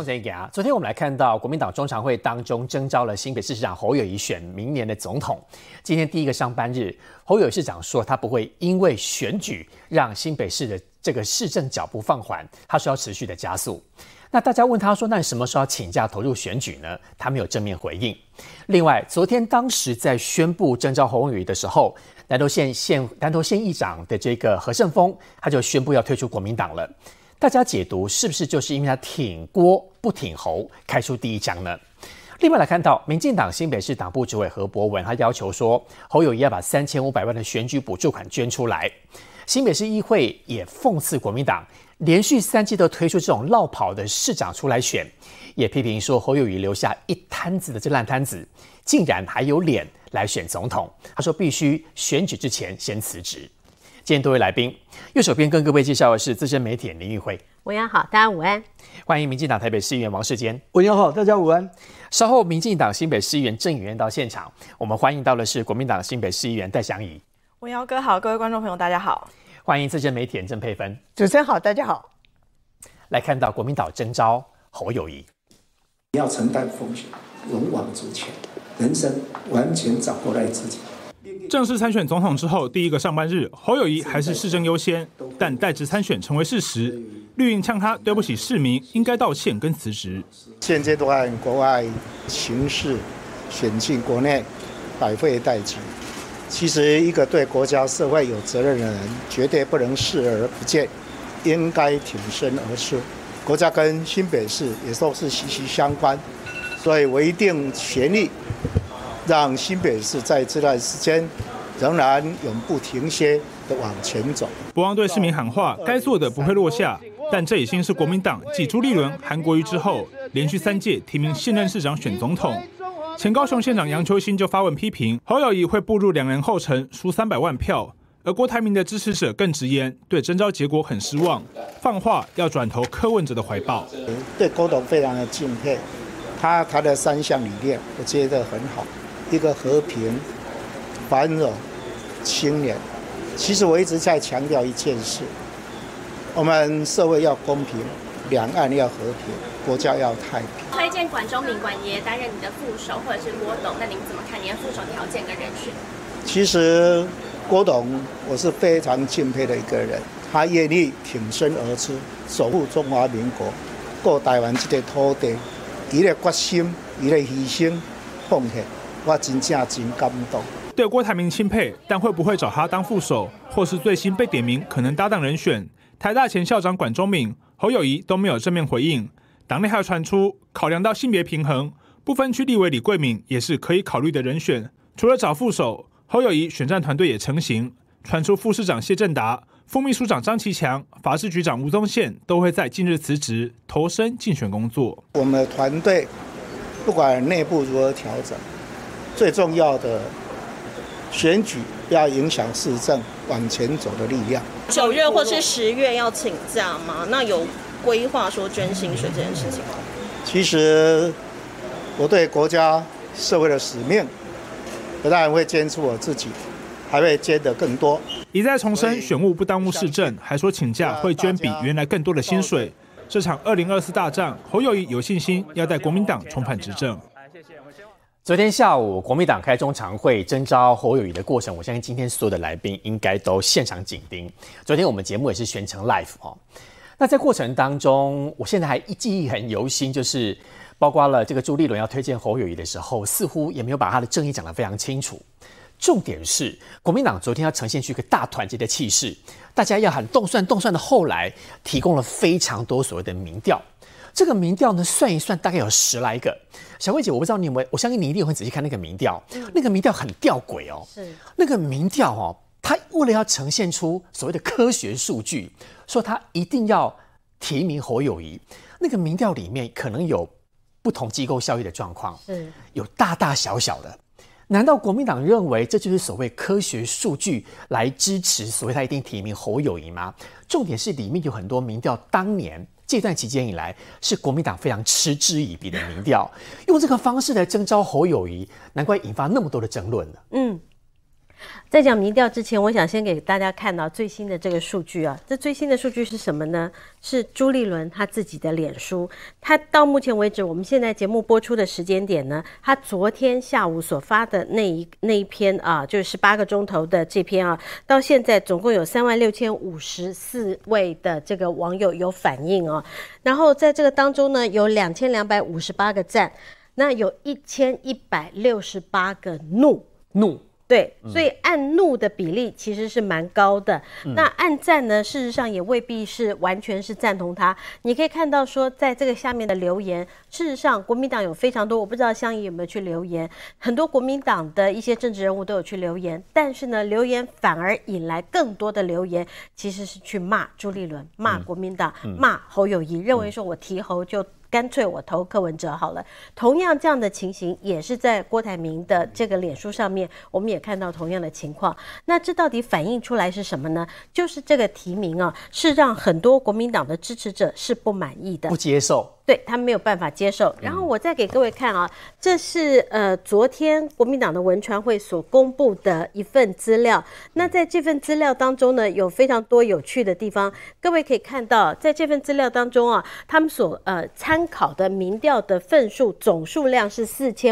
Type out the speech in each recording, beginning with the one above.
谁给啊？昨天我们来看到国民党中常会当中征召了新北市市长侯友宜选明年的总统。今天第一个上班日，侯友宜市长说他不会因为选举让新北市的这个市政脚步放缓，他说要持续的加速。那大家问他说，那你什么时候要请假投入选举呢？他没有正面回应。另外，昨天当时在宣布征召侯友宜的时候，南投县议长的这个何胜峰，他就宣布要退出国民党了。大家解读是不是就是因为他挺郭不挺侯，开出第一枪呢？另外来看到，民进党新北市党部主委何博文，他要求说，侯友宜要把3500万的选举补助款捐出来。新北市议会也讽刺国民党连续3季都推出这种落跑的市长出来选，也批评说侯友宜留下一摊子的这烂摊子，竟然还有脸来选总统。他说必须选举之前先辞职。今天多位来宾，右手边跟各位介绍的是资深媒体人林玉辉。 文阳好，大家午安。 欢迎民进党台北市议员王世坚。 文阳好，大家午安。 稍后民进党新北市议员郑宇晏到现场，我们欢迎到的是国民党新北市议员戴祥仪。 文阳哥好，各位观众朋友大家好。 欢迎资深媒体人郑佩芬。 主持人好，大家好。 来看到国民党征召侯友宜， 要承担风险，勇往直前，人生完全掌握在自己。 正式参选总统之后第一个上班日，侯友宜还是市政优先，但代职参选成为事实。绿营呛他对不起市民，应该道歉跟辞职。 现阶段国外形势选进国内，百废待举。其实一个对国家社会有责任的人，绝对不能视而不见，应该挺身而出。国家跟新北市也都是息息相关，所以我一定全力让新北市在这段时间仍然永不停歇的往前走。 不忘对市民喊话，该做的不会落下。但这已经是国民党继朱立伦、韩国瑜之后，连续3届提名现任市长选总统。前高雄县长杨秋兴就发文批评侯友宜会步入2人后尘，输300万票。而郭台铭的支持者更直言，对征召结果很失望，放话要转投柯文哲的怀抱。 对郭董非常的敬佩，他的3项理念我觉得很好。一个和平、繁荣、青年。其实我一直在强调一件事：我们社会要公平，两岸要和平，国家要太平。 推荐管中闵管爷担任你的副手，或者是郭董，那您怎么看您的副手条件跟人选？ 其实郭董我是非常敬佩的一个人，他愿意挺身而出，守护中华民国，顾台湾这个土地，他的决心，他的牺牲、奉献。我真感动。 对郭台铭钦佩，但会不会找他当副手，或是最新被点名可能搭档人选，台大前校长管中闵、侯友宜都没有正面回应。党内还有传出，考量到性别平衡，不分区立委李桂敏也是可以考虑的人选。除了找副手，侯友宜选战团队也成型，传出副市长谢振达、副秘书长张其强、法制局长吴宗宪都会在近日辞职，投身竞选工作。 我们的团队不管内部如何调整，最重要的选举不要影响市政往前走的力量。 9月或是10月要请假吗？那有规划说捐薪水这件事情吗？ 其实我对国家社会的使命，我当然会捐出我自己，还会捐得更多。 一再重申选务不耽误市政，还说请假会捐比原来更多的薪水。这场2024大战，侯友宜有信心要带国民党重返执政。 昨天下午，国民党开中常会征召侯友宜的过程，我相信今天所有的来宾应该都现场紧盯。昨天我们节目也是全程 live 哦。那在过程当中，我现在还记忆很犹新，就是包括了这个朱立伦要推荐侯友宜的时候，似乎也没有把他的正义讲得非常清楚。重点是，国民党昨天要呈现出一个大团结的气势，大家要喊动算动算的，后来提供了非常多所谓的民调。这个民调呢，算一算大概有10来个。小慧姐，我不知道你有没有，我相信你一定会仔细看那个民调。那个民调很吊诡哦，是那个民调哦，他为了要呈现出所谓的科学数据，说他一定要提名侯友宜。那个民调里面可能有不同机构效益的状况，有大大小小的。难道国民党认为这就是所谓科学数据来支持所谓他一定提名侯友宜吗？重点是里面有很多民调，当年这段期间以来是国民党非常嗤之以鼻的民调，用这个方式来征召侯友宜，难怪引发那么多的争论了。 在讲民调之前，我想先给大家看到最新的这个数据啊。这最新的数据是什么呢？是朱立伦他自己的脸书。他到目前为止，我们现在节目播出的时间点呢，他昨天下午所发的那一篇啊，就是18个钟头的这篇啊，到现在总共有36,054位的这个网友有反应啊。然后在这个当中呢，有2258个赞，那有1168个怒。对，所以按怒的比例其实是蛮高的。那按赞呢，事实上也未必是完全是赞同他。你可以看到说，在这个下面的留言，事实上国民党有非常多，我不知道香怡有没有去留言，很多国民党的一些政治人物都有去留言，但是呢，留言反而引来更多的留言，其实是去骂朱立伦、骂国民党、骂侯友宜，认为说我提侯就干脆我投柯文哲好了。同样这样的情形也是在郭台铭的这个脸书上面，我们也看到同样的情况。那这到底反映出来是什么呢？就是这个提名啊，是让很多国民党的支持者是不满意的， 不接受。 对，他没有办法接受。然后我再给各位看啊，这是昨天国民党的文传会所公布的一份资料。那在这份资料当中呢，有非常多有趣的地方。各位可以看到，在这份资料当中啊，他们所参考的民调的份数总数量是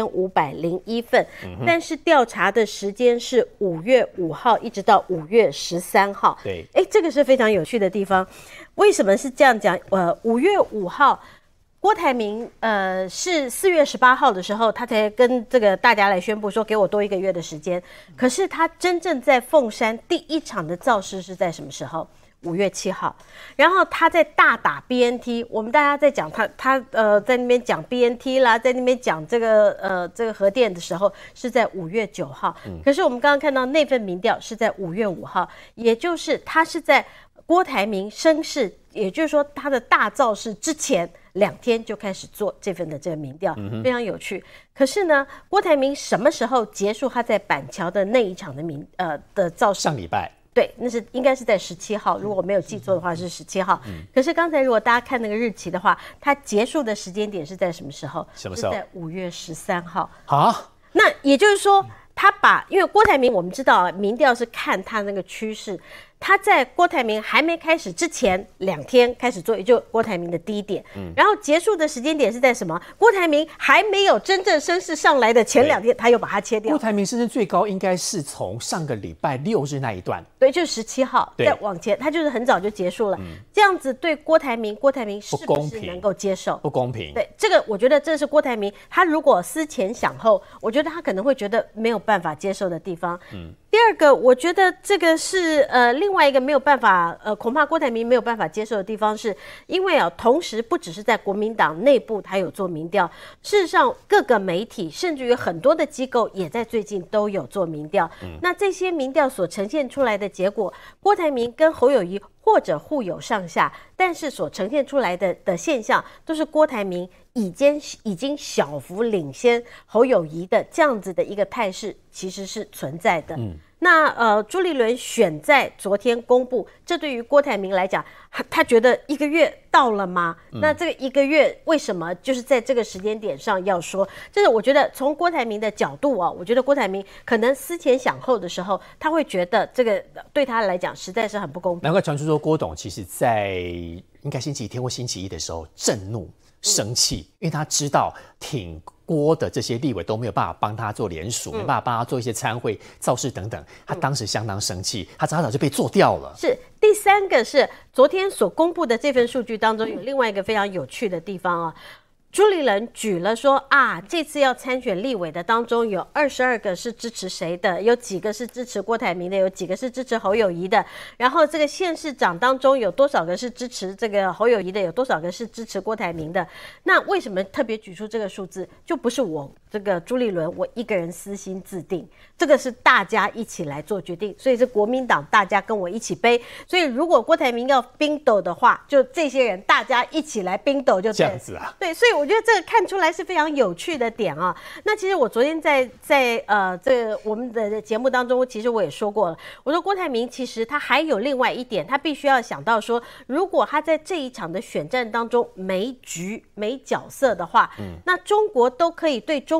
4501份，但是调查的时间是5月5号一直到5月13号。 对， 这个是非常有趣的地方。为什么是这样讲？5月5号。郭台铭是4月18号的时候，他才跟这个大家来宣布说，给我多1个月的时间。可是他真正在凤山第一场的造势是在什么时候？5月7号。然后他在大打 BNT， 我们大家在讲他在那边讲 BNT 啦，在那边讲这个核电的时候是在5月9号。可是我们刚刚看到那份民调是在5月5号，也就是他是在郭台铭声势，也就是说他的大造势之前2天就开始做这份的这个民调，非常有趣。可是呢，郭台铭什么时候结束他在板桥的那一场的造势？ 上礼拜。 对，那是应该是在17号，如果我没有记错的话是17号。可是刚才如果大家看那个日期的话，它结束的时间点是在什么时候？ 什么时候？ 是在5月13号。 啊？ 那也就是说，因为郭台铭我们知道民调是看他那个趋势。他在郭台铭还没开始之前2天开始做，也就郭台铭的低点，然后结束的时间点是在什么？郭台铭还没有真正声势上来的前2天，他又把它切掉。 郭台铭声势最高应该是从上个礼拜6日那一段， 对，就是17号再往前，他就是很早就结束了。这样子对郭台铭是不是能够接受？ 不公平。 对，这个我觉得这是郭台铭他如果思前想后，我觉得他可能会觉得没有办法接受的地方。第二个，我觉得这个是另外一个没有办法恐怕郭台铭没有办法接受的地方，是因为同时不只是在国民党内部他有做民调，事实上各个媒体甚至于很多的机构也在最近都有做民调。那这些民调所呈现出来的结果，郭台铭跟侯友宜或者互有上下，但是所呈现出来的现象都是郭台铭已经小幅领先侯友宜的这样子的一个态势，其实是存在的。那朱立伦选在昨天公布，这对于郭台铭来讲，他觉得1个月到了吗？那这个1个月为什么就是在这个时间点上要说？就是我觉得从郭台铭的角度啊，我觉得郭台铭可能思前想后的时候，他会觉得这个对他来讲实在是很不公平。 难怪传出说郭董其实在应该星期天或星期一的时候震怒生气，因为他知道挺郭的这些立委都没有办法帮他做联署，没办法帮他做一些参会、造势等等，他当时相当生气，他早就被做掉了。 是第3个是昨天所公布的这份数据当中有另外一个非常有趣的地方啊。朱立伦举了说这次要参选立委的当中有22个是支持谁的，有几个是支持郭台铭的，有几个是支持侯友宜的，然后这个县市长当中有多少个是支持这个侯友宜的，有多少个是支持郭台铭的。那为什么特别举出这个数字？就不是我这个朱立伦我一个人私心自定，这个是大家一起来做决定，所以是国民党大家跟我一起背。所以如果郭台铭要冰斗的话，就这些人大家一起来冰斗就对， 这样子啊。 对，所以我觉得这个看出来是非常有趣的点啊。那其实我昨天在这个我们的节目当中，其实我也说过了，我说郭台铭其实他还有另外一点，他必须要想到说，如果他在这一场的选战当中没局没角色的话，那中国都可以对中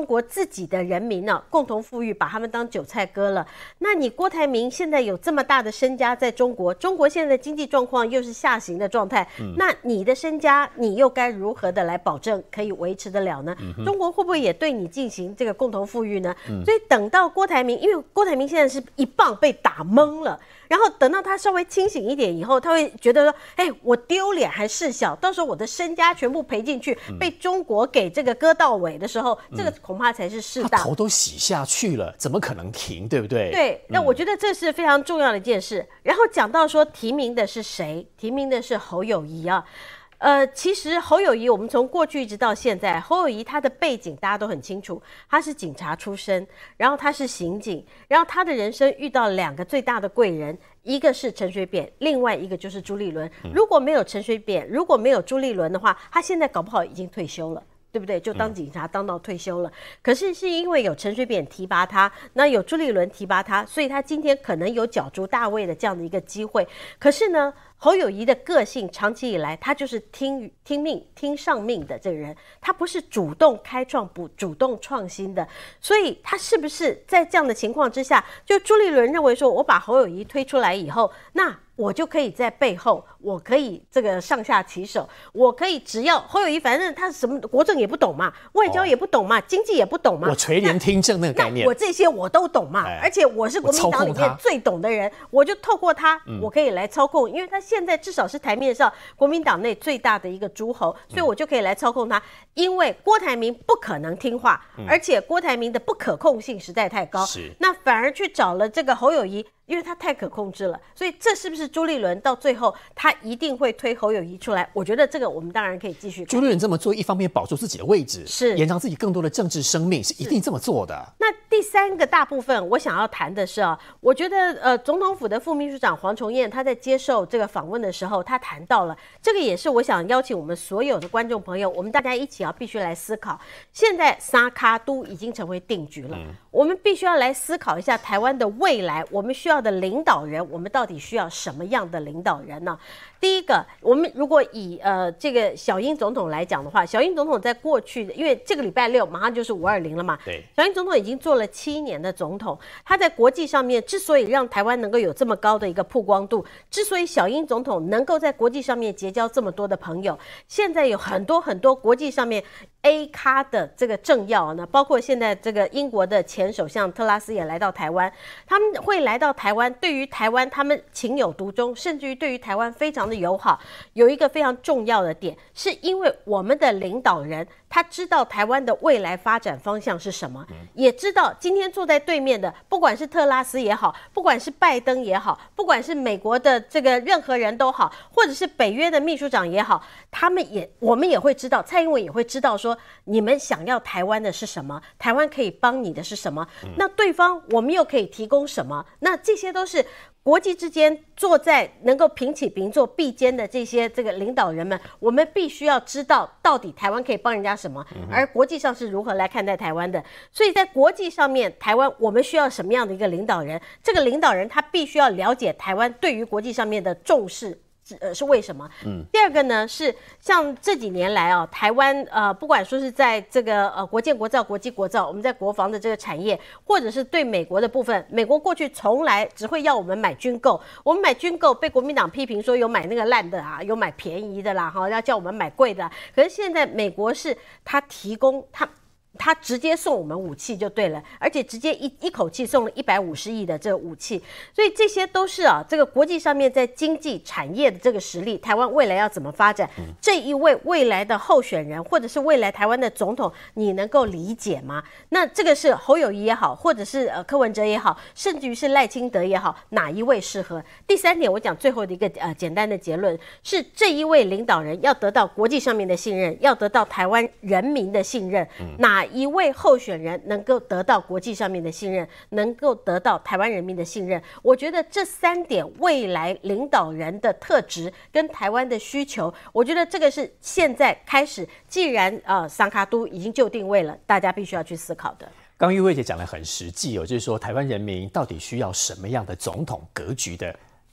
中国自己的人民呢共同富裕，把他们当韭菜割了。那你郭台铭现在有这么大的身家在中国，中国现在的经济状况又是下行的状态，那你的身家你又该如何的来保证可以维持得了呢？中国会不会也对你进行这个共同富裕呢？所以等到郭台铭，因为郭台铭现在是一棒被打懵了。然后等到他稍微清醒一点以后，他会觉得说：“哎，我丢脸还事小，到时候我的身家全部赔进去，被中国给这个割到尾的时候，这个恐怕才是事大。” 他头都洗下去了，怎么可能停？对不对？ 对，那我觉得这是非常重要的一件事。然后讲到说提名的是谁？提名的是侯友宜啊。其实侯友宜，我们从过去一直到现在，侯友宜他的背景大家都很清楚，他是警察出身，然后他是刑警，然后他的人生遇到2个最大的贵人，一个是陈水扁，另外一个就是朱立伦。如果没有陈水扁，如果没有朱立伦的话，他现在搞不好已经退休了。对不对？就当警察当到退休了。可是是因为有陈水扁提拔他，那有朱立伦提拔他，所以他今天可能有角逐大位的这样的一个机会。可是呢，侯友宜的个性长期以来，他就是听命、听上命的这个人，他不是主动开创、不主动创新的。所以他是不是在这样的情况之下，就朱立伦认为说，我把侯友宜推出来以后，那我就可以在背后，我可以这个上下其手，我可以只要侯友宜，反正他什么国政也不懂嘛，外交也不懂嘛，经济也不懂嘛， 我垂帘听政那个概念， 我这些我都懂嘛，而且我是国民党里面最懂的人，我就透过他，我可以来操控，因为他现在至少是台面上国民党内最大的一个诸侯，所以我就可以来操控他。因为郭台铭不可能听话，而且郭台铭的不可控性实在太高，那反而去找了这个侯友宜。因为他太可控制了，所以这是不是朱立伦到最后他一定会推侯友宜出来？我觉得这个我们当然可以继续看。 朱立伦这么做，一方面保住自己的位置， 是延长自己更多的政治生命，是一定这么做的。 那第3个大部分我想要谈的是啊，我觉得总统府的副秘书长黄崇彦他在接受这个访问的时候，他谈到了这个，也是我想邀请我们所有的观众朋友，我们大家一起必须来思考。现在三咖都已经成为定局了，我们必须要来思考一下台湾的未来，我们需要的领导人，我们到底需要什么样的领导人呢？第一个，我们如果以这个小英总统来讲的话，小英总统在过去，因为这个礼拜6马上就是520了嘛， 对， 小英总统已经做了7年的总统，他在国际上面之所以让台湾能够有这么高的一个曝光度，之所以小英总统能够在国际上面结交这么多的朋友，现在有很多国际上面 A 咖的这个政要呢，包括现在这个英国的前首相特拉斯也来到台湾，他们会来到台湾，对于台湾他们情有独钟，甚至于对于台湾非常的友好。有一个非常重要的点，是因为我们的领导人他知道台湾的未来发展方向是什么，也知道今天坐在对面的，不管是特拉斯也好，不管是拜登也好，不管是美国的这个任何人都好，或者是北约的秘书长也好，我们也会知道，蔡英文也会知道说你们想要台湾的是什么，台湾可以帮你的是什么，那对方我们又可以提供什么，那这些都是国际之间坐在能够平起平坐并肩的这个领导人们，我们必须要知道到底台湾可以帮人家什么，而国际上是如何来看待台湾的。所以在国际上面，台湾我们需要什么样的一个领导人？这个领导人他必须要了解台湾对于国际上面的重视。是为什么？第二个呢是像这几年来啊，台湾不管说是在这个国建国造、国际国造，我们在国防的这个产业，或者是对美国的部分，美国过去从来只会要我们买军购，我们买军购被国民党批评说有买那个烂的啊，有买便宜的啦，要叫我们买贵的。可是现在美国是他提供他直接送我们武器就对了，而且直接一口气送了150亿的这个武器，所以这些都是这个国际上面在经济产业的这个实力，台湾未来要怎么发展？这一位未来的候选人或者是未来台湾的总统，你能够理解吗？那这个是侯友宜也好，或者是柯文哲也好，甚至于是赖清德也好，哪一位适合？第3点，我讲最后的一个简单的结论是，这一位领导人要得到国际上面的信任，要得到台湾人民的信任，哪一位候选人能够得到国际上面的信任，能够得到台湾人民的信任？我觉得这3点未来领导人的特质跟台湾的需求，我觉得这个是现在开始，既然三卡都已经就定位了，大家必须要去思考的。 刚玉慧姐讲得很实际就是说台湾人民到底需要什么样的总统格局的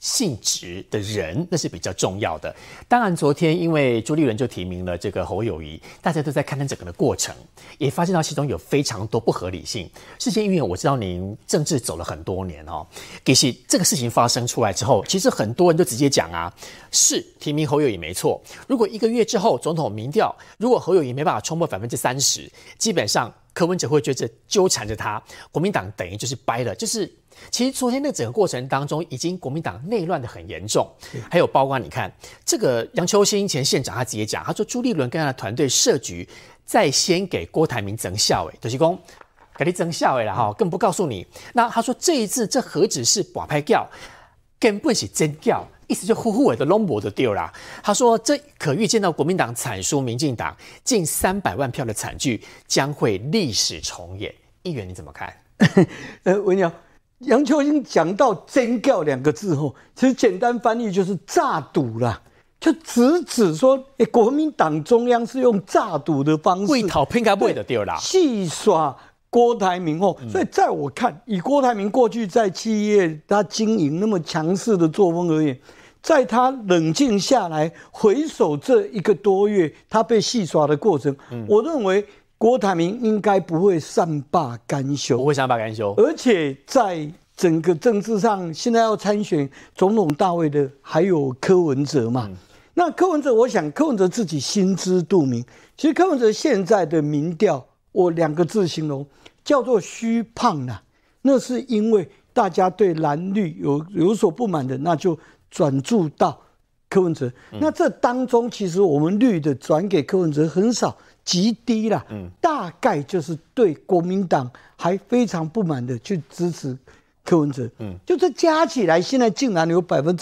信直的人，那是比较重要的。当然，昨天因为朱立伦就提名了这个侯友宜，大家都在看他整个的过程，也发现到其中有非常多不合理性。事件因为我知道您政治走了很多年哦，其实这个事情发生出来之后，其实很多人就直接讲啊，是提名侯友宜没错。如果1个月之后总统民调，如果侯友宜没办法冲破30%，基本上柯文哲会觉得纠缠着他，国民党等于就是掰了，其实昨天那整个过程当中，已经国民党内乱的很严重，还有包括你看这个杨秋兴前县长他直接讲，他说朱立伦跟他的团队设局在先给郭台铭增效，就是说给你增效啦哈，更不告诉你。那他说这一次这何止是拔牌票，根本是真票，意思就呼呼的拢无就对啦。他说这可预见到国民党惨输民进党近300万票的惨剧将会历史重演。议员你怎么看？ 文瑶。杨秋兴讲到"真教"2个字后，其实简单翻译就是诈赌啦，就直指说，国民党中央是用诈赌的方式， 为讨偏该不的对啦， 戏耍郭台铭后，所以在我看，以郭台铭过去在企业他经营那么强势的作风而言，在他冷静下来回首这1个多月他被戏耍的过程，我认为郭台铭应该不会善罢甘休， 不会善罢甘休。 而且在整个政治上，现在要参选总统大位的还有柯文哲嘛。那柯文哲，我想柯文哲自己心知肚明。其实柯文哲现在的民调，我2个字形容，叫做虚胖啦。那是因为大家对蓝绿有所不满的，那就转注到柯文哲。那这当中，其实我们绿的转给柯文哲很少。极低啦，大概就是对国民党还非常不满的去支持柯文哲，就这加起来，现在竟然有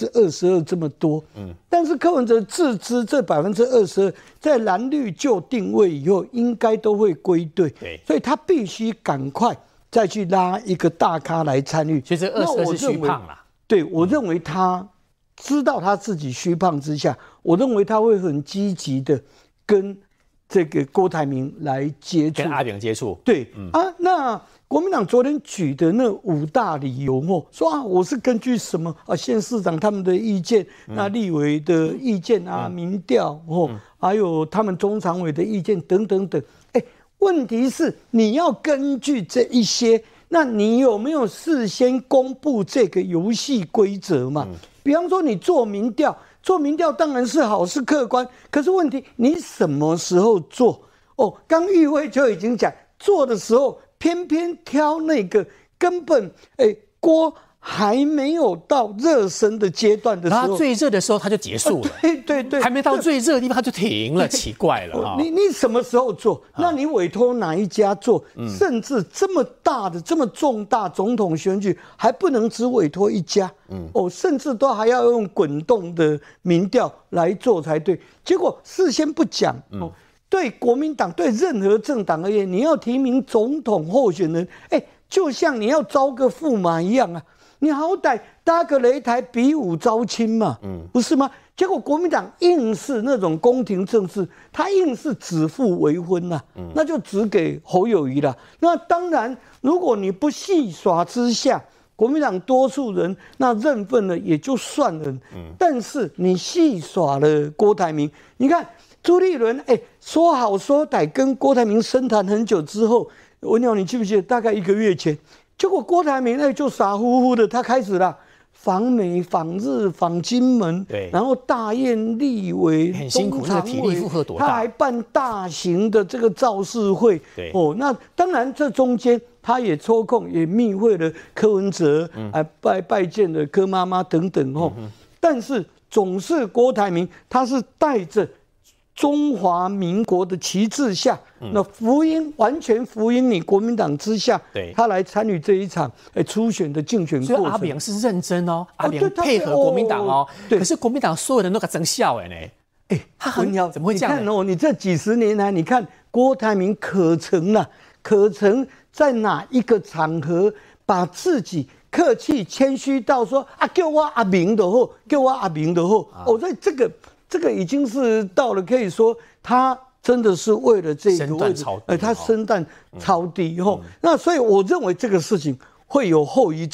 22%这么多，但是柯文哲自知这22%在蓝绿就定位以后，应该都会归队，所以他必须赶快再去拉一个大咖来参与。 所以这22是虚胖啦， 对，我认为他知道他自己虚胖之下，我认为他会很积极的跟这个郭台铭来接触， 跟阿扁接触， 对、那国民党昨天举的那5大理由说我是根据什么县市长他们的意见，那立委的意见民调还有他们中常委的意见等等等。问题是你要根据这一些，那你有没有事先公布这个游戏规则嘛？比方说你做民调当然是好，是客观，可是问题你什么时候做？刚玉辉就已经讲，做的时候偏偏挑那个根本郭还没有到热身的阶段的时候， 然后最热的时候他就结束了， 对， 还没到最热的地方他就停了，奇怪了你什么时候做？那你委托哪一家做？甚至这么大的、这么重大总统选举，还不能只委托一家，甚至都还要用滚动的民调来做才对。结果事先不讲，对国民党、对任何政党而言，你要提名总统候选人，就像你要招个驸马一样啊。你好歹搭个擂台比武招亲嘛，不是吗？结果国民党硬是那种宫廷政治，他硬是指腹为婚呐，那就只给侯友宜了。那当然，如果你不戏耍之下，国民党多数人那认份了也就算了，但是你戏耍了郭台铭，你看朱立伦，说好说歹跟郭台铭深谈很久之后，文鸟你记不记得大概1个月前？结果郭台铭就傻乎乎的，他开始了访美、访日、访金门，然后大宴立委， 很辛苦，那体力负荷多大？ 他还办大型的这个造势会，那当然这中间他也抽空也密会了柯文哲，拜见了柯妈妈等等但是总是郭台铭他是带着中华民国的旗帜下，那完全福音你国民党之下，他来参与这一场初选的竞选过程。 所以阿扁是认真阿扁配合国民党可是国民党所有人都给争笑他很怎么会这样？ 你看你这几十年来，你看郭台铭可曾在哪一个场合把自己客气谦虚到说叫我阿明的好，叫我阿明的好所以这个已经是到了可以说他真的是为了这个位置，他身段超低那所以我认为这个事情会有后遗症。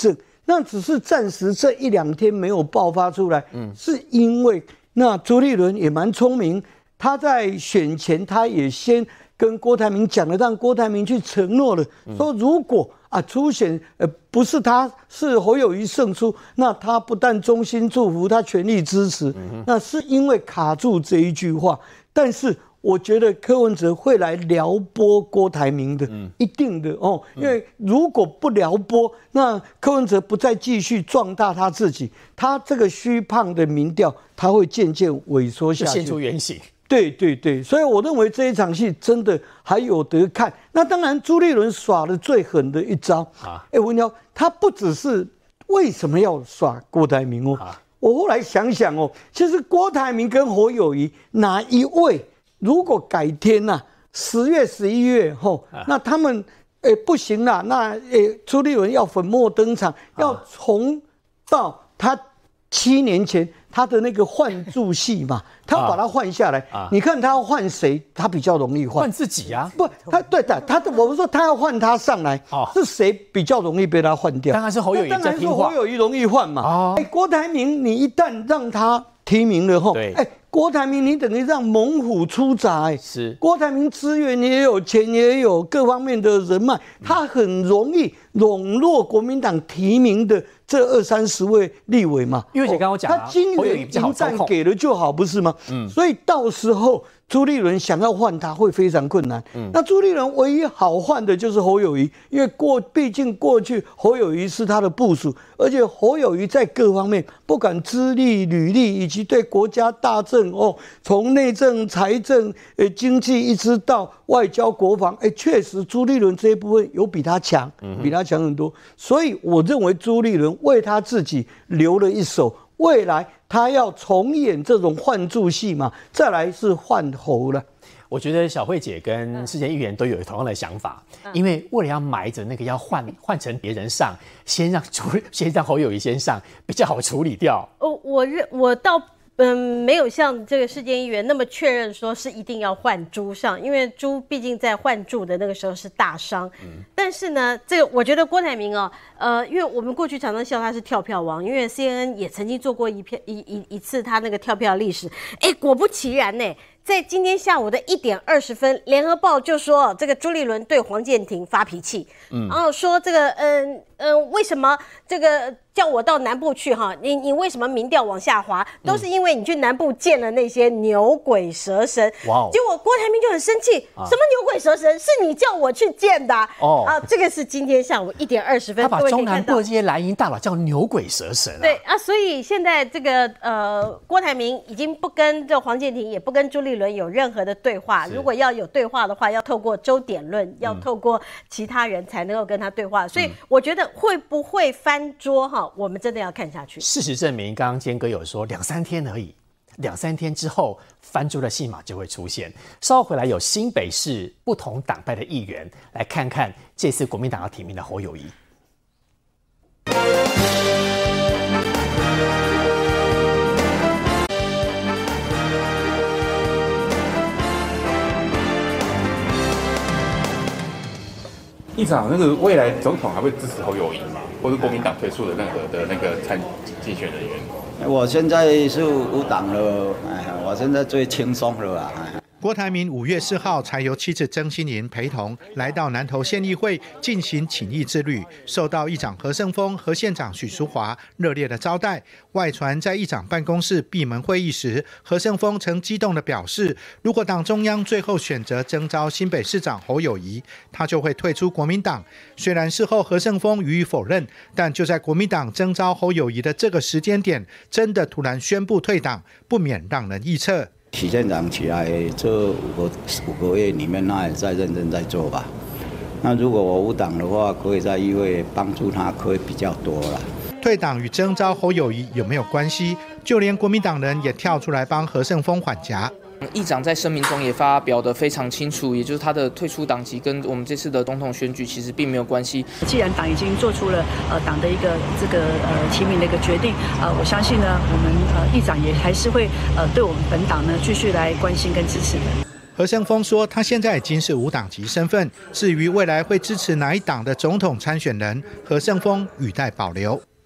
那只是暂时这1、2天没有爆发出来，是因为那朱立伦也蛮聪明，他在选前他也先跟郭台铭讲了，让郭台铭去承诺了，说如果初选不是他是侯友宜胜出，那他不但衷心祝福，他全力支持。那是因为卡住这一句话，但是我觉得柯文哲会来撩拨郭台铭的，一定的哦。因为如果不撩拨，那柯文哲不再继续壮大他自己，他这个虚胖的民调，他会渐渐萎缩下去， 现出原形。 对，所以我认为这一场戏真的还有得看。那当然，朱立伦耍的最狠的一招文瑶，他不只是为什么要耍郭台铭哦？我后来想想哦，其实郭台铭跟侯友宜哪一位？如果改天10月、11月后，那他们不行啦，那朱立伦要粉墨登场，要重到他7年前他的那个换柱戏嘛，他把他换下来。你看他要换谁，他比较容易换自己啊？ 不，我们说他要换他上来，是谁比较容易被他换掉？ 当然是侯友宜，当然是侯友宜容易换嘛。郭台铭你一旦让他提名了后，郭台铭，你等于让猛虎出闸是郭台铭资源也有，钱也有，各方面的人脉，他很容易笼络国民党提名的这20-30位立委嘛。 因为姐刚刚讲他金元银弹给了就好，不是吗？所以到时候朱立伦想要换他会非常困难。那朱立伦唯一好换的就是侯友宜，因为毕竟过去侯友宜是他的部属，而且侯友宜在各方面，不管资历、履历以及对国家大政从内政、财政、经济一直到外交、国防，确实朱立伦这一部分有比他强，比他强很多。所以我认为朱立伦为他自己留了一手。未来他要重演这种换柱戏嘛，再来是换侯了。 我觉得小慧姐跟世杰议员都有同样的想法，因为为了要埋着那个要换成别人上，先让侯友宜先上，比较好处理掉。 我倒没有像这个世杰议员那么确认说是一定要换朱上，因为朱毕竟在换柱的那个时候是大伤。但是呢，这个我觉得郭台铭因为我们过去常常笑他是跳票王，因为 CNN 也曾经做过一次他那个跳票历史。果不其然呢，在今天下午的1点20分，联合报就说这个朱立伦对黄健庭发脾气，然后说这个为什么这个叫我到南部去哈？你为什么民调往下滑？都是因为你去南部见了那些牛鬼蛇神。结果郭台铭就很生气，什么牛鬼蛇神？是你叫我去见的这个是今天下午1点20分， 他把中南部的这些蓝营大佬叫牛鬼蛇神对所以现在这个郭台铭已经不跟这黄健庭，也不跟朱立伦有任何的对话。如果要有对话的话，要透过周典论，要透过其他人才能够跟他对话。所以我觉得会不会翻桌我们真的要看下去。 事实证明，刚刚坚哥有说2-3天而已，2-3天之后翻桌的戏码就会出现。稍后回来有新北市不同党派的议员来看看这次国民党要提名的侯友宜。 议长，那个未来总统还会支持侯友宜吗？或是国民党推出的任何的那个竞选人员？ 我现在是无党了，我现在最轻松了啊。 郭台铭5月4号才由妻子曾心莹陪同来到南投县议会进行请益之旅，受到议长何胜峰和县长许淑华热烈的招待。外传在议长办公室闭门会议时，何胜峰曾激动地表示，如果党中央最后选择征召新北市长侯友宜，他就会退出国民党。虽然事后何胜峰予以否认，但就在国民党征召侯友宜的这个时间点，真的突然宣布退党，不免让人臆测。 许县长起来这五个月里面，他也在认真在做吧。那如果我无党的话，可以在议会帮助他，可以比较多了。 退党与征召侯友宜有没有关系？就连国民党人也跳出来帮何胜峰缓颊。 议长在声明中也发表得非常清楚，也就是他的退出党籍跟我们这次的总统选举其实并没有关系。 既然党已经做出了党的一个提名的一个决定，我相信呢，我们议长也还是会对我们本党呢继续来关心跟支持的。 何胜峰说，他现在已经是无党籍身份，至于未来会支持哪一党的总统参选人，何胜峰语带保留。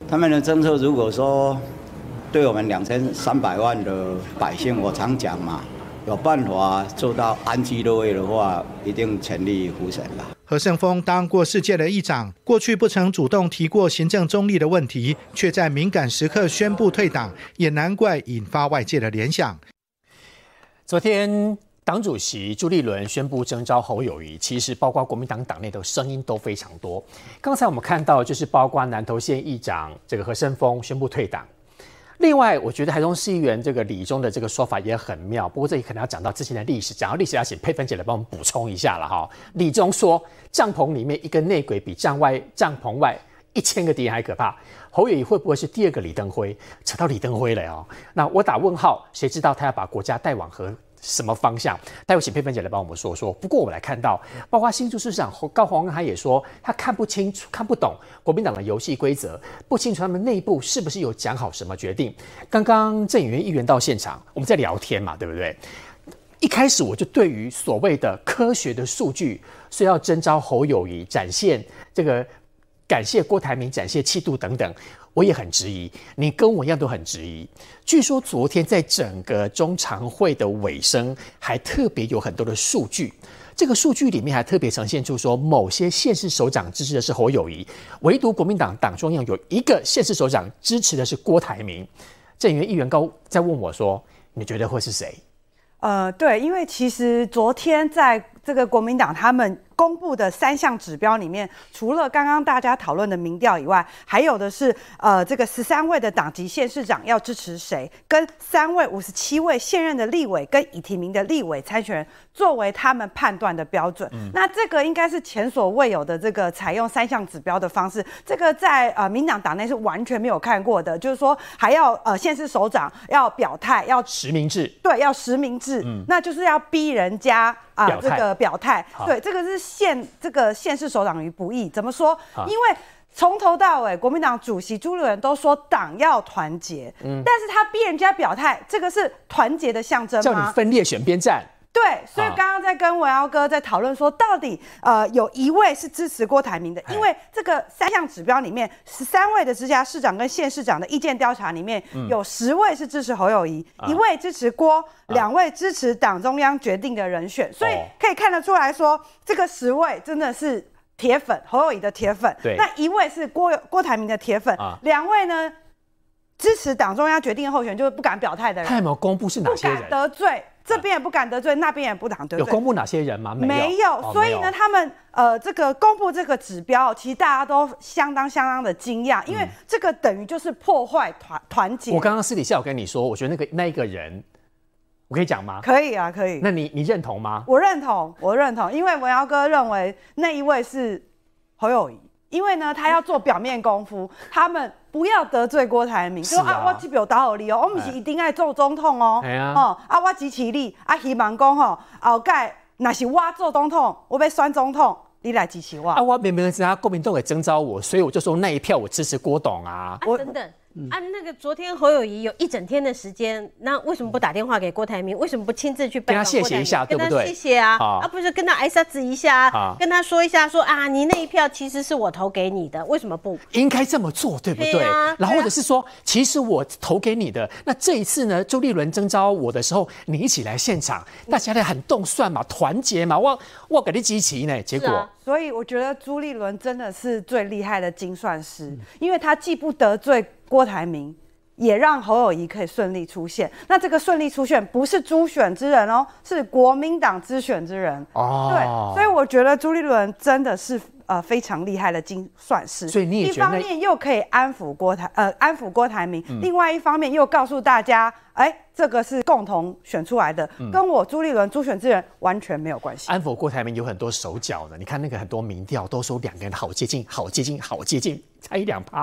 他们的政策如果说对我们2300万的百姓，我常讲嘛，有办法做到安居乐业的话，一定全力扶神啦。 何胜峰当过世界的议长，过去不曾主动提过行政中立的问题，却在敏感时刻宣布退党，也难怪引发外界的联想。 昨天党主席朱立伦宣布征召侯友宜，其实包括国民党党内的声音都非常多。刚才我们看到，就是包括南投县议长这个何胜峰宣布退党。另外，我觉得台中市议员这个李忠的这个说法也很妙，不过这里可能要讲到之前的历史，讲到历史要请佩芬姐来帮我们补充一下了哈。李忠说，帐篷里面一个内鬼比帐篷外1000个敌人还可怕。侯友宜会不会是第2个李登辉？扯到李登辉了哦。那我打问号，谁知道他要把国家带往什么方向？待会请佩芬姐来帮我们说说。不过我们来看到，包括新竹市长高虹安他也说，他看不清楚、看不懂国民党的游戏规则，不清楚他们内部是不是有讲好什么决定。刚刚郑颖媛议员到现场，我们在聊天嘛，对不对？一开始我就对于所谓的科学的数据，是要征召侯友宜，展现这个感谢郭台铭，展现气度等等。我也很质疑，你跟我一样都很质疑。据说昨天在整个中常会的尾声，还特别有很多的数据。这个数据里面还特别呈现出说，某些县市首长支持的是侯友宜，唯独国民党党中央有1个县市首长支持的是郭台铭。郑源议员高在问我说，你觉得会是谁？ 对，因为其实昨天在这个国民党他们公布的3项指标里面，除了刚刚大家讨论的民调以外，还有的是这个13位的党籍县市长要支持谁，跟3位57位现任的立委跟已提名的立委参选人作为他们判断的标准。那这个应该是前所未有的这个采用3项指标的方式，这个在民党党内是完全没有看过的，就是说还要县市首长要表态，要实名制，对，要实名制，那就是要逼人家这个表态，对，这个是县市首长于不义。怎么说？因为从头到尾，国民党主席朱立伦都说党要团结，但是他逼人家表态，这个是团结的象征吗？ 叫你分裂选边站。 对，所以刚刚在跟文尧哥在讨论说，到底有1位是支持郭台铭的，因为这个3项指标里面，13位的直辖市长跟县市长的意见调查里面，有10位是支持侯友宜，1位支持郭，2位支持党中央决定的人选，所以可以看得出来说，这个10位真的是铁粉，侯友宜的铁粉。那1位是郭台铭的铁粉，2位呢支持党中央决定的候选人，就是不敢表态的人。 他有没有公布是哪些人？ 不敢得罪。这边也不敢得罪，那边也不敢得罪。 有公布哪些人吗？ 没有。所以呢，他们这个公布这个指标，其实大家都相当的惊讶，因为这个等于就是破坏团结。 我刚刚私底下有跟你说，我觉得那一个人，我可以讲吗？ 可以啊，可以。 那你认同吗？ 我认同，因为文尧哥认为那1位是侯友宜，因为呢，他要做表面功夫，他们不要得罪郭台铭，说我这表达好你哦，我不是一定爱做总统哦，我支持你，希望讲吼后盖若是我做总统，我要选总统，你来支持我。 我明明知道国民党会征召我，所以我就说那一票我支持郭董啊。 等等。那个昨天侯友宜有1整天的时间，那为什么不打电话给郭台铭？为什么不亲自去拜访郭台铭？ 跟他谢谢一下，对不对？ 跟他谢谢啊，不是跟他挨沙子一下，跟他说一下，说你那一票其实是我投给你的，为什么不？ 应该这么做，对不对？然后或者是说，其实我投给你的，那这一次呢，朱立伦征召我的时候，你一起来现场，大家来很动算嘛，团结嘛，我给你支持呢，结果。 所以我觉得朱立伦真的是最厉害的精算师，因为他既不得罪郭台铭，也让侯友宜可以顺利出现。那这个顺利出现不是朱选之人哦，是国民党之选之人。对，所以我觉得朱立伦真的是非常厉害的精算师。 所以你也觉得一方面又可以安抚郭台铭，另外一方面又告诉大家，这个是共同选出来的，跟我朱立伦朱选之人完全没有关系。 安抚郭台铭有很多手脚的，你看那个很多民调都说2个人好接近，差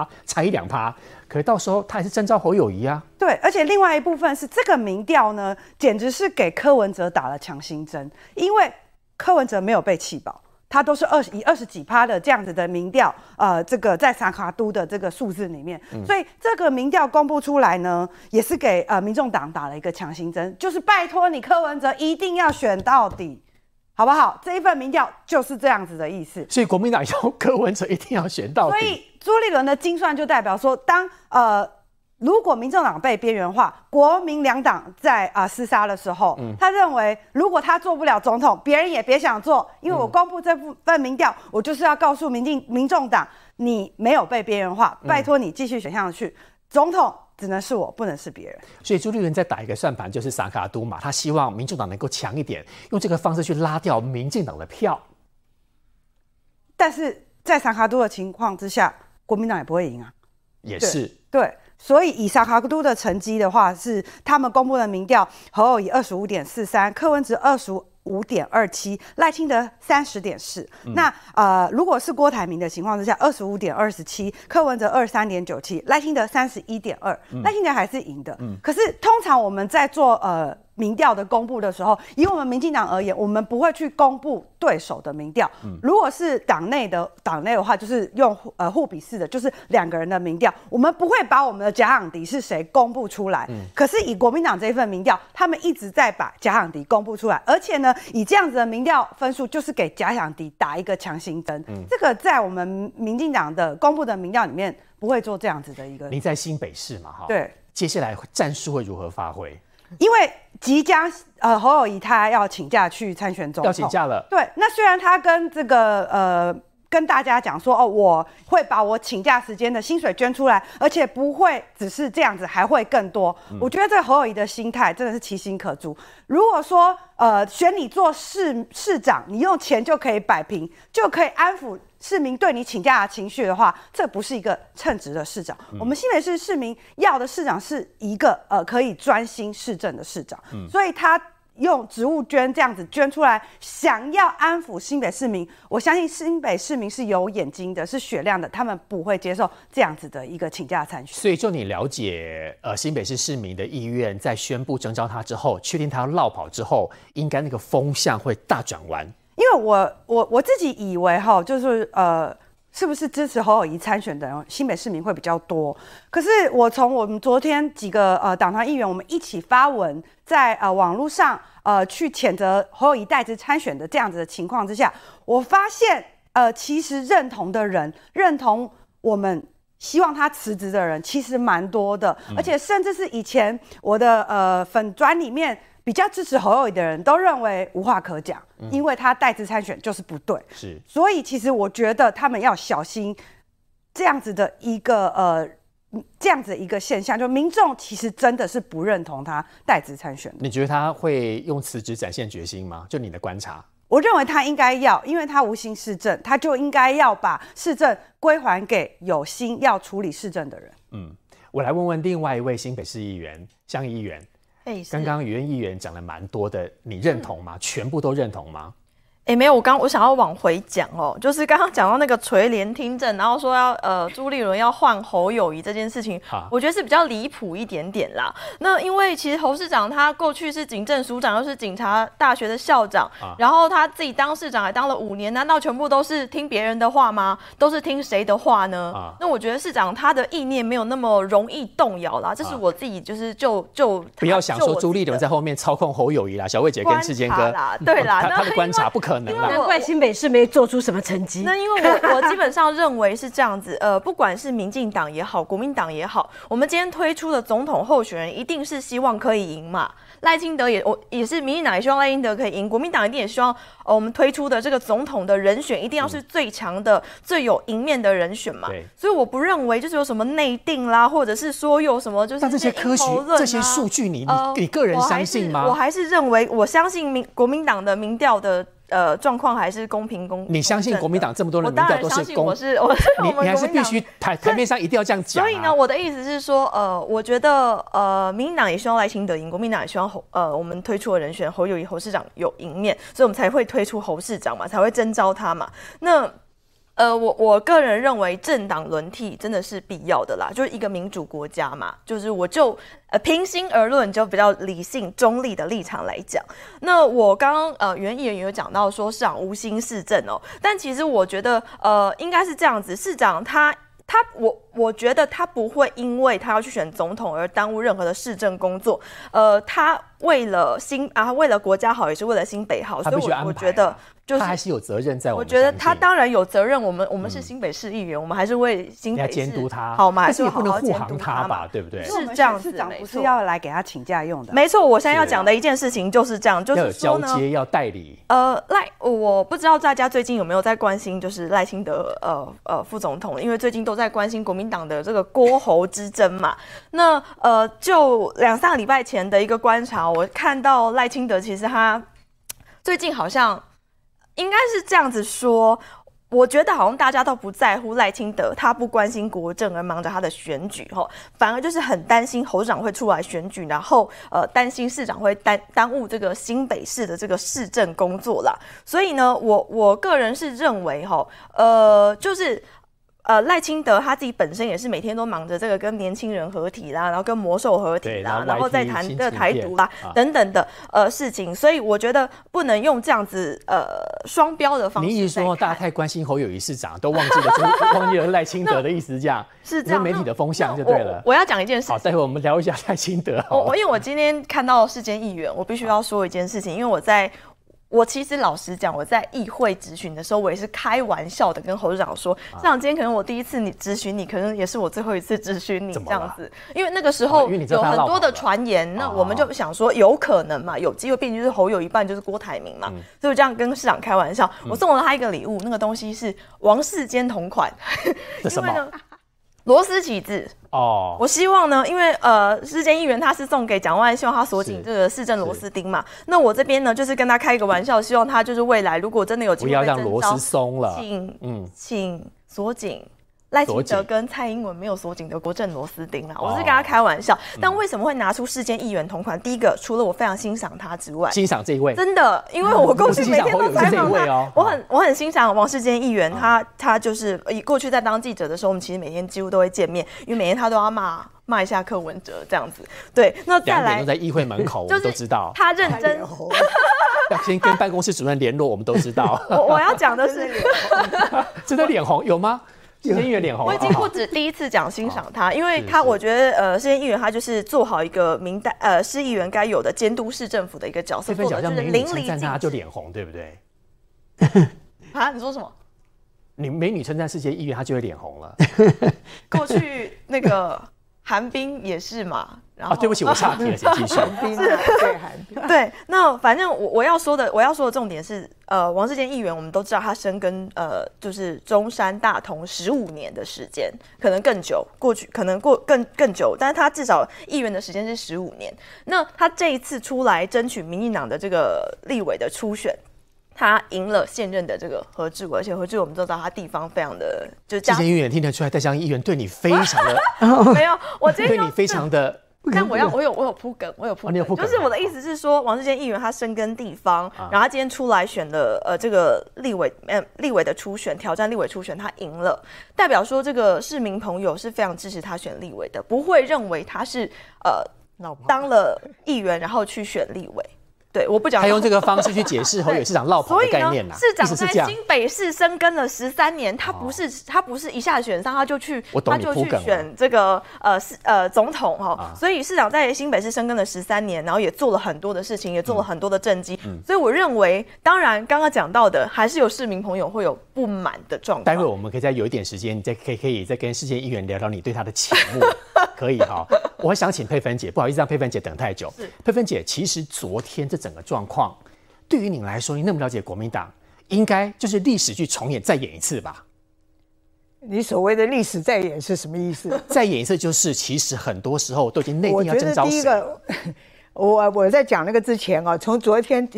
1-2%，可是到时候他还是征召侯友宜啊。 对，而且另外一部分是这个民调呢，简直是给柯文哲打了强心针，因为柯文哲没有被弃保。他都是以20几%的这样子的民调，这个在三卡都的这个数字里面，所以这个民调公布出来呢，也是给民众党打了一个强心针，就是拜托你柯文哲一定要选到底，好不好？这一份民调就是这样子的意思。 所以国民党要柯文哲一定要选到底。 所以朱立伦的精算就代表说，如果民众党被边缘化，国民两党在厮杀的时候，他认为如果他做不了总统，别人也别想做，因为我公布这份民调，我就是要告诉民众党，你没有被边缘化，拜托你继续选上去，总统只能是我，不能是别人。 所以朱立伦在打一个算盘，就是萨卡都嘛，他希望民众党能够强一点，用这个方式去拉掉民进党的票。 但是在萨卡都的情况之下，国民党也不会赢啊。 也是对。所以以萨卡都的成绩的话，是他们公布的民调，侯友宜25.43，柯文哲25.27，赖清德30.4。那如果是郭台铭的情况之下，25.27，柯文哲23.97，赖清德31.2，赖清德还是赢的。可是通常我们在做民调的公布的时候，以我们民进党而言，我们不会去公布对手的民调。如果是党内的话，就是用互比式的，就是2个人的民调，我们不会把我们的假想敌是谁公布出来。可是以国民党这一份民调，他们一直在把假想敌公布出来，而且呢，以这样子的民调分数，就是给假想敌打一个强心针。这个在我们民进党的公布的民调里面不会做这样子的一个。 您在新北市嘛，哈， 对， 接下来战术会如何发挥？ 因为即将侯友宜他要请假去参选总统， 要请假了。 对，那虽然他跟这个跟大家讲说，我会把我请假时间的薪水捐出来，而且不会只是这样子，还会更多。我觉得这个侯友宜的心态真的是其心可诛。如果说选你做市长，你用钱就可以摆平，就可以安抚市民对你请假的情绪的话，这不是一个称职的市长。我们新北市市民要的市长是一个可以专心市政的市长，所以他用职务捐这样子捐出来，想要安抚新北市民，我相信新北市民是有眼睛的，是雪亮的，他们不会接受这样子的一个请假参选。所以就你了解新北市市民的意愿，在宣布征召他之后，确定他要落跑之后，应该那个风向会大转弯。 因为我自己以为就是是不是支持侯友宜参选的人，新北市民会比较多？可是我从我们昨天几个党团议员，我们一起发文在网络上去谴责侯友宜代职参选的这样子的情况之下，我发现其实认同的人，认同我们希望他辞职的人，其实蛮多的，而且甚至是以前我的粉专里面比较支持侯友宜的人都认为无话可讲，因为他代职参选就是不对。是，所以其实我觉得他们要小心这样子的一个现象，就民众其实真的是不认同他代职参选。 你觉得他会用辞职展现决心吗？就你的观察？ 我认为他应该要，因为他无心市政，他就应该要把市政归还给有心要处理市政的人。 我来问问另外一位新北市议员江议员。刚刚宇恩议员讲了蛮多的，你认同吗？全部都认同吗？ 没有，我想要往回讲哦，就是刚刚讲到那个垂帘听政，然后说要朱立伦要换侯友宜这件事情，我觉得是比较离谱一点点啦。那因为其实侯市长他过去是警政署长，又是警察大学的校长，然后他自己当市长还当了5年，难道全部都是听别人的话吗？都是听谁的话呢？那我觉得市长他的意念没有那么容易动摇啦，这是我自己就不要想说朱立伦在后面操控侯友宜啦，小魏姐跟志坚哥， 对啦， 他的观察不可能。 难怪新北市没做出什么成绩。 那因为我基本上认为是这样子，不管是民进党也好，国民党也好，我们今天推出的总统候选人一定是希望可以赢嘛。赖清德也是民进党也希望赖清德可以赢，国民党一定也希望我们推出的这个总统的人选一定要是最强的、最有赢面的人选嘛。所以我不认为就是有什么内定啦，或者是说有什么就是但这些科学、这些数据你个人相信吗？ 我还是认为我相信国民党的民调的。状况还是公平公正的。 你相信国民党这么多人民调都是公？你还是必须台面上一定要这样讲。 所以呢，我的意思是说，我觉得民进党也希望赖清德赢，国民党也希望我们推出的人选侯友宜侯市长有赢面，所以我们才会推出侯市长嘛，才会征召他嘛。那我个人认为政党轮替真的是必要的啦，就是一个民主国家嘛，就是我就平心而论，就比较理性中立的立场来讲。那我刚刚原议员有讲到说市长无心市政哦，但其实我觉得应该是这样子，市长我觉得他不会因为他要去选总统而耽误任何的市政工作。他为了国家好，也是为了新北好，所以我觉得他还是有责任在我们。 我觉得他当然有责任，我们是新北市议员，我们还是为新北市监督他， 好嘛， 但是也不能护航他吧，对不对？ 是这样子， 市长不是要来给他请假用的。 没错，我现在要讲的一件事情就是这样，就是说呢， 要有交接，要代理。 我不知道大家最近有没有在关心，就是赖清德副总统，因为最近都在关心国民党的这个郭侯之争嘛。那就2-3个礼拜前的一个观察，我看到赖清德其实他最近好像应该是这样子说。我觉得好像大家都不在乎赖清德，他不关心国政而忙着他的选举反而就是很担心侯市长会出来选举，然后担心市长会耽误这个新北市的这个市政工作啦。所以呢，我个人是认为就是赖清德他自己本身也是每天都忙着这个跟年轻人合体啦，然后跟魔兽合体啦，然后再谈的台独啦等等的事情，所以我觉得不能用这样子双标的方式。 你意思说大家太关心侯友宜市长，都忘记了赖清德的意思，这样是这样媒体的风向就对了。 我要讲一件事情， 好，待会我们聊一下赖清德。 因为我今天看到世间议员，我必须要说一件事情，因为我其实老实讲，我在议会质询的时候，我也是开玩笑的跟侯市长说，市长今天可能我第一次质询你，可能也是我最后一次质询你这样子，因为那个时候有很多的传言，那我们就想说有可能嘛，有机会，毕竟就是侯友一半就是郭台铭嘛，所以我这样跟市长开玩笑，我送了他一个礼物，那个东西是王世坚同款，因为呢螺丝起子。我希望呢，因为世坚议员他是送给蒋万安，希望他锁紧这个市政螺丝钉嘛。那我这边呢，就是跟他开一个玩笑，希望他就是未来如果真的有机会， 不要让螺丝松了， 请锁紧赖清德跟蔡英文没有锁紧的国政螺丝钉啦。我是跟他开玩笑，但为什么会拿出世坚议员同款？第一个，除了我非常欣赏他之外， 欣赏这一位真的，因为我过去每天都采访他，我很欣赏王世坚议员，他就是过去在当记者的时候，我们其实每天几乎都会见面，因为每天他都要骂一下柯文哲这样子。对，那再来 2点都在议会门口，我们都知道他认真。 要先跟办公室主任联络，我们都知道。 我要讲的是， 真的脸红有吗？世坚议员脸红， 我已经不止第一次讲欣赏他，因为我觉得世坚议员他就是做好一个市议员该有的监督市政府的一个角色，做的就是淋漓尽致。 他就脸红，对不对？ 你说什么？ 你美女称赞世坚议员，他就会脸红了。 过去那个韩冰也是嘛。 对不起，我岔题了，请继续。 对，那反正我要说的重点是，王世坚议员，我们都知道他深耕就是中山大同15年的时间，可能更久，过去可能更久，但是他至少议员的时间是15年。那他这一次出来争取民进党的这个立委的初选。他赢了现任的这个何志伟，而且何志伟我们都知道他地方非常的就这样。 世坚议员听得出来，戴香议员对你非常的没有，我今天对你非常的。 但我有铺梗，就是我的意思是说，王世坚议员他深耕地方，然后他今天出来选了这个立委的初选，挑战立委初选，他赢了，代表说这个市民朋友是非常支持他选立委的，不会认为他是当了议员然后去选立委。对，我不讲。 他用这个方式去解释侯友宜市长落跑的概念啦。 市长在新北市深耕了13年，他不是一下选上他就去选这个总统所以市长在新北市深耕了13年，然后也做了很多的事情，也做了很多的政绩。所以我认为，当然刚刚讲到的，还是有市民朋友会有不满的状况。 待会我们可以再有一点时间，你可以再跟世坚议员聊聊你对他的倾慕，可以哈。我想请佩芬姐，不好意思让佩芬姐等太久。佩芬姐，其实昨天这整个状况，对于你来说，你那么了解国民党，应该就是历史剧重演再演一次吧？ 你所谓的历史再演是什么意思？ 再演一次就是其实很多时候都已经内定要征召谁。 我觉得第一个，我在讲那个之前从昨天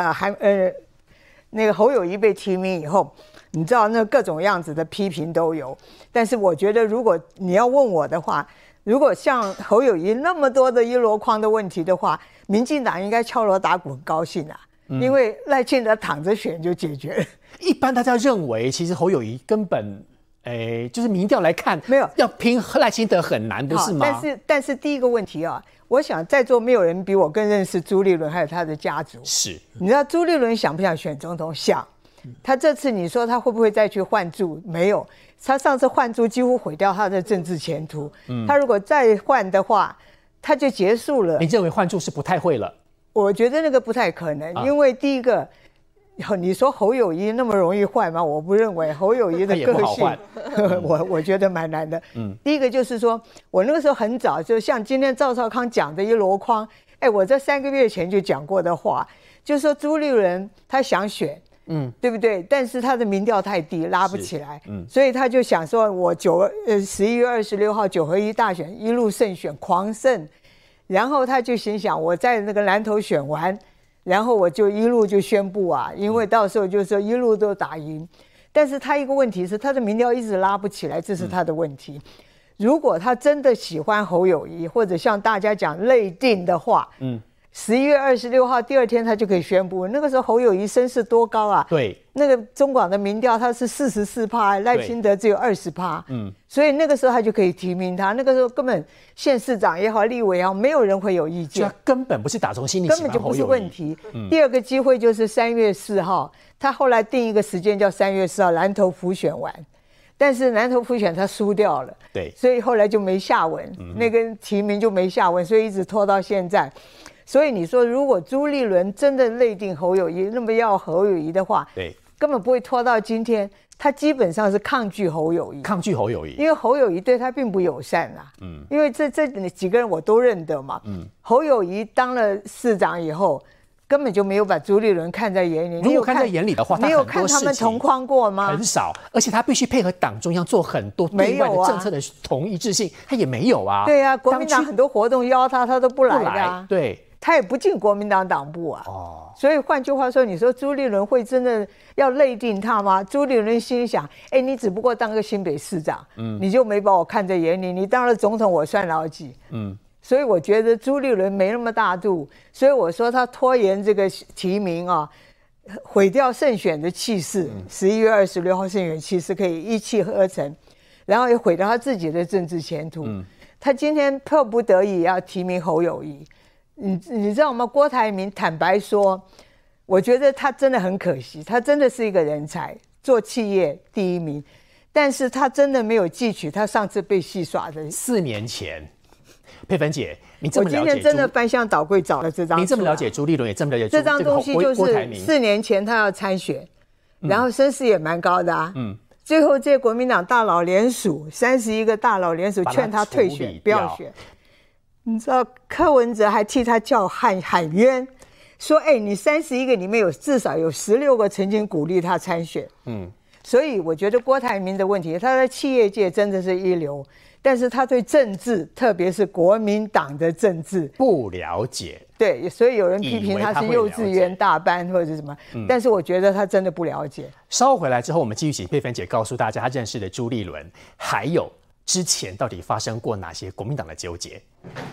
那个侯友宜被提名以后，你知道那各种样子的批评都有，但是我觉得如果你要问我的话，如果像侯友宜那么多的一箩筐的问题的话，民进党应该敲锣打鼓很高兴啊，因为赖清德躺着选就解决了。 一般大家认为，其实侯友宜根本，就是民调来看， 没有要拼赖清德很难，不是吗？ 但是第一个问题我想在座没有人比我更认识朱立伦还有他的家族。 是， 你知道朱立伦想不想选总统？想。他这次你说他会不会再去换柱？没有，他上次换柱几乎毁掉他的政治前途。他如果再换的话，他就结束了。 你认为换柱是不太会了？ 我觉得那个不太可能，因为第一个， 你说侯友宜那么容易换吗？我不认为侯友宜的个性，我觉得蛮难的。第一个就是说，我那个时候很早，就像今天赵少康讲的一箩筐，我在3个月前就讲过的话，就是说朱立伦他想选，对不对？但是他的民调太低，拉不起来，所以他就想说，我11月26号9合1大选一路胜选，狂胜，然后他就心想，我在那个南投选完。然后我就一路就宣布啊，因为到时候就是说一路都打赢，但是他一个问题是他的民调一直拉不起来，这是他的问题。如果他真的喜欢侯友宜，或者像大家讲内定的话，11月26号第2天他就可以宣布。那个时候侯友宜声势多高啊？ 对， 那个中广的民调他是44%，赖清德只有20%，所以那个时候他就可以提名他。那个时候根本县市长也好，立委也好，没有人会有意见， 他根本不是打从心里根本就不是问题。第二个机会就是3月4号，他后来定一个时间叫3月4号南投辅选完，但是南投辅选他输掉了， 对， 所以后来就没下文，那个提名就没下文，所以一直拖到现在。所以你说，如果朱立伦真的内定侯友宜，那么要侯友宜的话， 对， 根本不会拖到今天。他基本上是抗拒侯友宜，因为侯友宜对他并不友善啊。因为这几个人我都认得嘛。侯友宜当了市长以后，根本就没有把朱立伦看在眼里。 如果看在眼里的话， 你有看他们同框过吗？ 很少，而且他必须配合党中央做很多对外的政策的统一致性，他也没有啊。 对啊，国民党很多活动邀他都不来的啊。 对。 他也不进国民党党部啊，所以换句话说，你说朱立伦会真的要内定他吗？朱立伦心里想，你只不过当个新北市长，你就没把我看在眼里，你当了总统我算老几？所以我觉得朱立伦没那么大度，所以我说他拖延这个提名啊，毁掉胜选的气势，11月26号胜选气势可以一气呵成，然后也毁掉他自己的政治前途。他今天迫不得已要提名侯友宜。你知道吗？郭台铭坦白说，我觉得他真的很可惜，他真的是一个人才，做企业第1名，但是他真的没有汲取他上次被戏耍的。 4年前，佩芬姐，你这么了解， 我今天真的翻箱倒柜找了这张， 你这么了解朱立伦，也这么了解这张东西，就是4年前他要参选，然后声势也蛮高的啊。最后这些国民党大佬联署，31个大佬联署劝他退选，不要选。你知道柯文哲还替他叫喊冤，说你31个里面至少有16个曾经鼓励他参选。所以我觉得郭台铭的问题，他在企业界真的是一流，但是他对政治，特别是国民党的政治不了解。 对，所以有人批评他是幼稚园大班或者什么，但是我觉得他真的不了解。 稍后回来之后，我们继续请佩芬姐告诉大家她认识的朱立伦，还有之前到底发生过哪些国民党的纠结。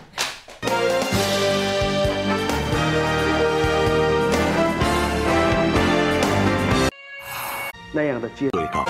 那样的对抗。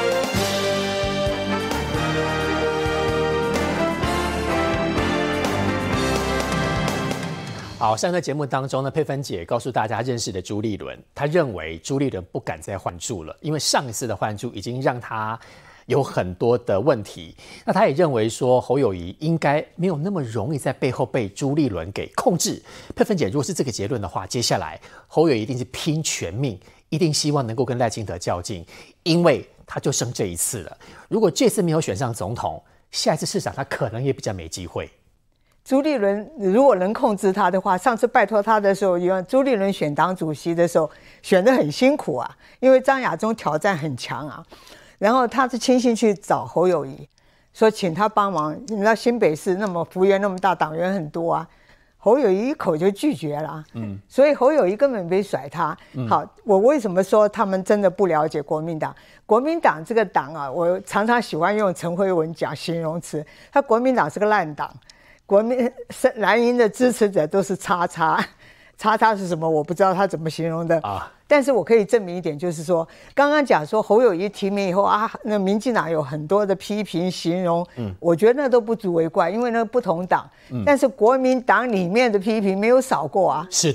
好，上在节目当中呢，佩芬姐告诉大家认识的朱立伦，她认为朱立伦不敢再换柱了，因为上一次的换柱已经让他有很多的问题。那他也认为说侯友宜应该没有那么容易在背后被朱立伦给控制。佩芬姐如果是这个结论的话，接下来侯友宜一定是拼全命，一定希望能够跟赖清德较劲，因为他就剩这一次了。如果这次没有选上总统，下一次市长他可能也比较没机会。 朱立伦如果能控制他的话，上次拜托他的时候，因为朱立伦选党主席的时候选得很辛苦啊，因为张亚中挑战很强啊。然后他是亲信去找侯友宜，说请他帮忙。你知道新北市那么幅员那么大，党员很多啊，侯友宜一口就拒绝了。所以侯友宜根本没甩他。好，我为什么说他们真的不了解国民党？国民党这个党啊，我常常喜欢用陈慧文讲形容词，他国民党是个烂党。蓝营的支持者都是叉叉是什么？我不知道他怎么形容的啊。但是我可以证明一点，就是说，刚刚讲说侯友宜提名以后啊，那民进党有很多的批评形容，我觉得那都不足为怪，因为那不同党。但是国民党里面的批评没有少过啊。 是的，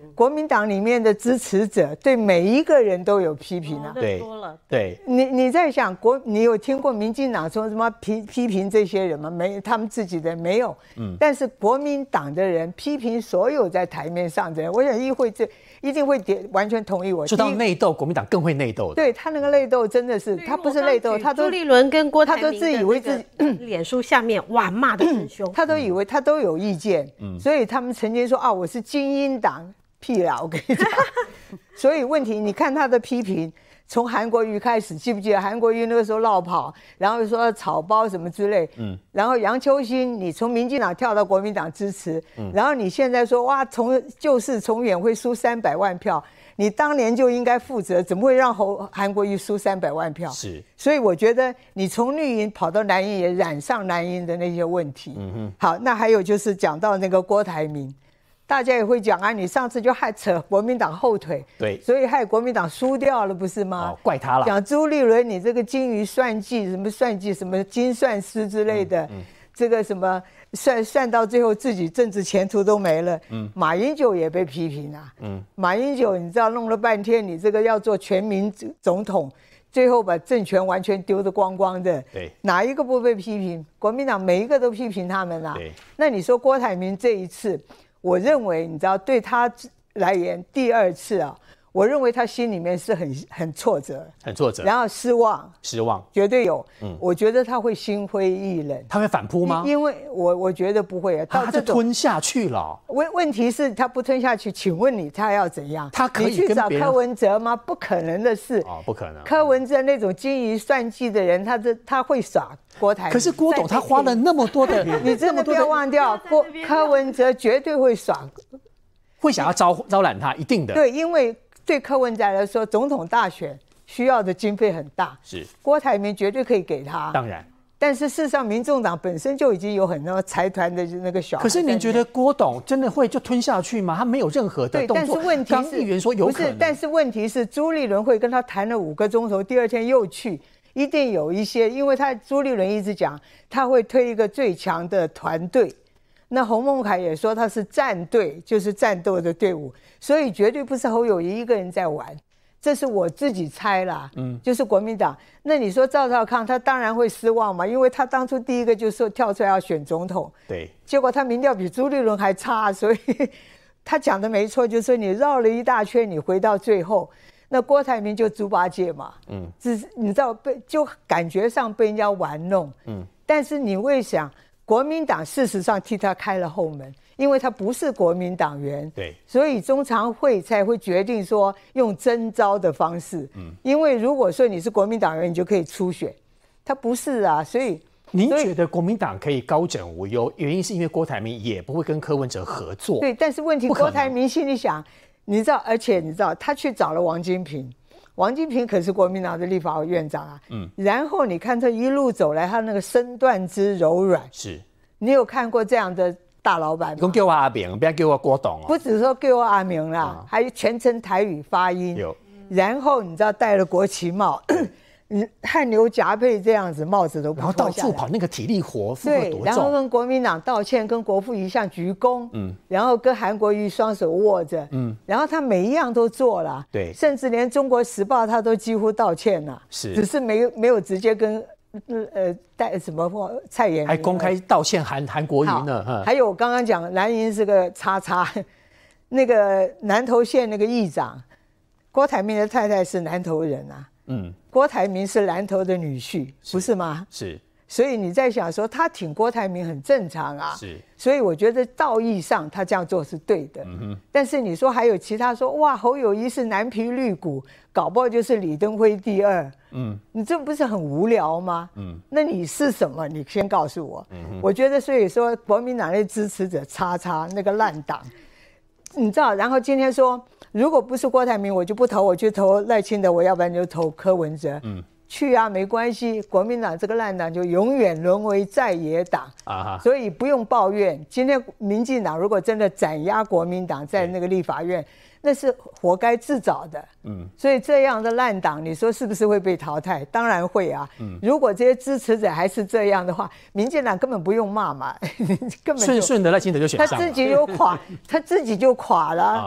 国民党里面的支持者对每一个人都有批评啊。 对，对， 你在想你有听过民进党说什么批评这些人吗？没，他们自己的没有。但是国民党的人批评所有在台面上的人，我想议会一定会完全同意我。 说到内斗，国民党更会内斗的。 对他那个内斗真的是，他不是内斗，他都朱立伦跟郭台铭他都自以为自己脸书下面哇骂得很凶， 他都以为他都有意见，所以他们曾经说啊，我是精英党，屁啦，我跟你讲。所以问题，你看他的批评。从韩国瑜开始，记不记得韩国瑜那个时候落跑，然后说草包什么之类，然后杨秋兴，你从民进党跳到国民党支持，然后你现在说哇，旧事重演会输300万票，你当年就应该负责，怎么会让韩国瑜输300万票？ 是， 所以我觉得你从绿营跑到蓝营也染上蓝营的那些问题。好，那还有就是讲到那个郭台铭。大家也会讲啊，你上次就害扯国民党后腿， 对， 所以害国民党输掉了，不是吗？ 怪他了。 讲朱立伦，你这个精于算计，什么精算师之类的，这个什么算到最后自己政治前途都没了。马英九也被批评啊。马英九你知道弄了半天，你这个要做全民总统，最后把政权完全丢得光光的。 对， 哪一个不被批评？国民党每一个都批评他们啊。那你说郭台铭这一次？我认为，你知道，对他来言，第2次啊，我认为他心里面是很挫折，然后失望，绝对有。我觉得他会心灰意冷。 他会反扑吗？ 因为我觉得不会啊， 他就吞下去了。 问题是，他不吞下去，请问你他要怎样？ 他可以你去找柯文哲吗？不可能的事。 不可能。 柯文哲那种精于算计的人，他会耍。郭台铭， 可是郭董他花了那么多的， 你真的不要忘掉，柯文哲绝对会耍， 会想要招揽他，一定的。 对，因为对柯文哲来说，总统大选需要的经费很大， 是郭台铭绝对可以给他。 当然， 但是事实上，民众党本身就已经有很多财团的那个小孩。 可是你觉得郭董真的会就吞下去吗？他没有任何的动作。 对，但是问题是， 刚议员说有可能， 但是问题是，朱立伦会跟他谈了5个钟头，第2天又去。一定有一些，因为朱立伦一直讲他会推一个最强的团队，那洪孟凯也说他是战队，就是战斗的队伍，所以绝对不是侯友宜一个人在玩，这是我自己猜啦。就是国民党。那你说赵少康他当然会失望嘛，因为他当初第一个就说跳出来要选总统， 对，结果他民调比朱立伦还差，所以他讲的没错，就是说你绕了一大圈，你回到最后。那郭台铭就猪八戒嘛，你知道就感觉上被人家玩弄，但是你会想，国民党事实上替他开了后门，因为他不是国民党员， 对， 所以中常会才会决定说用征召的方式，因为如果说你是国民党员，你就可以初选，他不是啊，所以。 您觉得国民党可以高枕无忧，原因是因为郭台铭也不会跟柯文哲合作， 对，但是问题郭台铭心里想。你知道，而且你知道，他去找了王金平，王金平可是国民党的立法委院长啊。然后你看他一路走来，他那个身段之柔软， 是你有看过这样的大老板吗？ 你叫我阿明，不要叫我郭董哦。 不只说叫我阿明啦，还有全程台语发音。 有。 然后你知道戴了国旗帽。汗流浃背这样子，帽子都不脱下来， 然后到处跑，那个体力活负荷多重？ 然后跟国民党道歉，跟国父遗像鞠躬，然后跟韩国瑜双手握着，然后他每一样都做了， 对， 甚至连《中国时报》他都几乎道歉了，只是没有直接跟带什么蔡衍明还公开道歉韩国瑜呢， 还有我刚刚讲蓝营是个叉，那个南投县那个议长郭台铭的太太是南投人啊。郭台铭是南投的女婿，不是吗？ 是， 所以你在想说他挺郭台铭很正常啊。 是， 所以我觉得道义上他这样做是对的。但是你说还有其他说哇，侯友宜是蓝皮绿骨，搞不好就是李登辉第2。你这不是很无聊吗？那你是什么？你先告诉我。我觉得所以说国民党的支持者叉那个烂党，你知道？然后今天说。如果不是郭台铭，我就不投，我去投赖清德，我要不然就投柯文哲。去啊，没关系，国民党这个烂党就永远沦为在野党啊，所以不用抱怨。今天民进党如果真的斩压国民党在那个立法院，那是活该自找的。所以这样的烂党，你说是不是会被淘汰？当然会啊。如果这些支持者还是这样的话，民进党根本不用骂嘛，根本顺的赖清德就选上了， 他自己就垮了。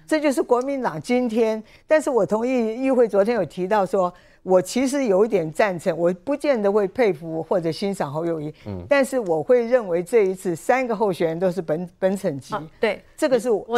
这就是国民党今天。但是我同意议会昨天有提到说，我其实有一点赞成，我不见得会佩服或者欣赏侯友宜，但是我会认为这一次3个候选人都是本省级。 对， 这个是我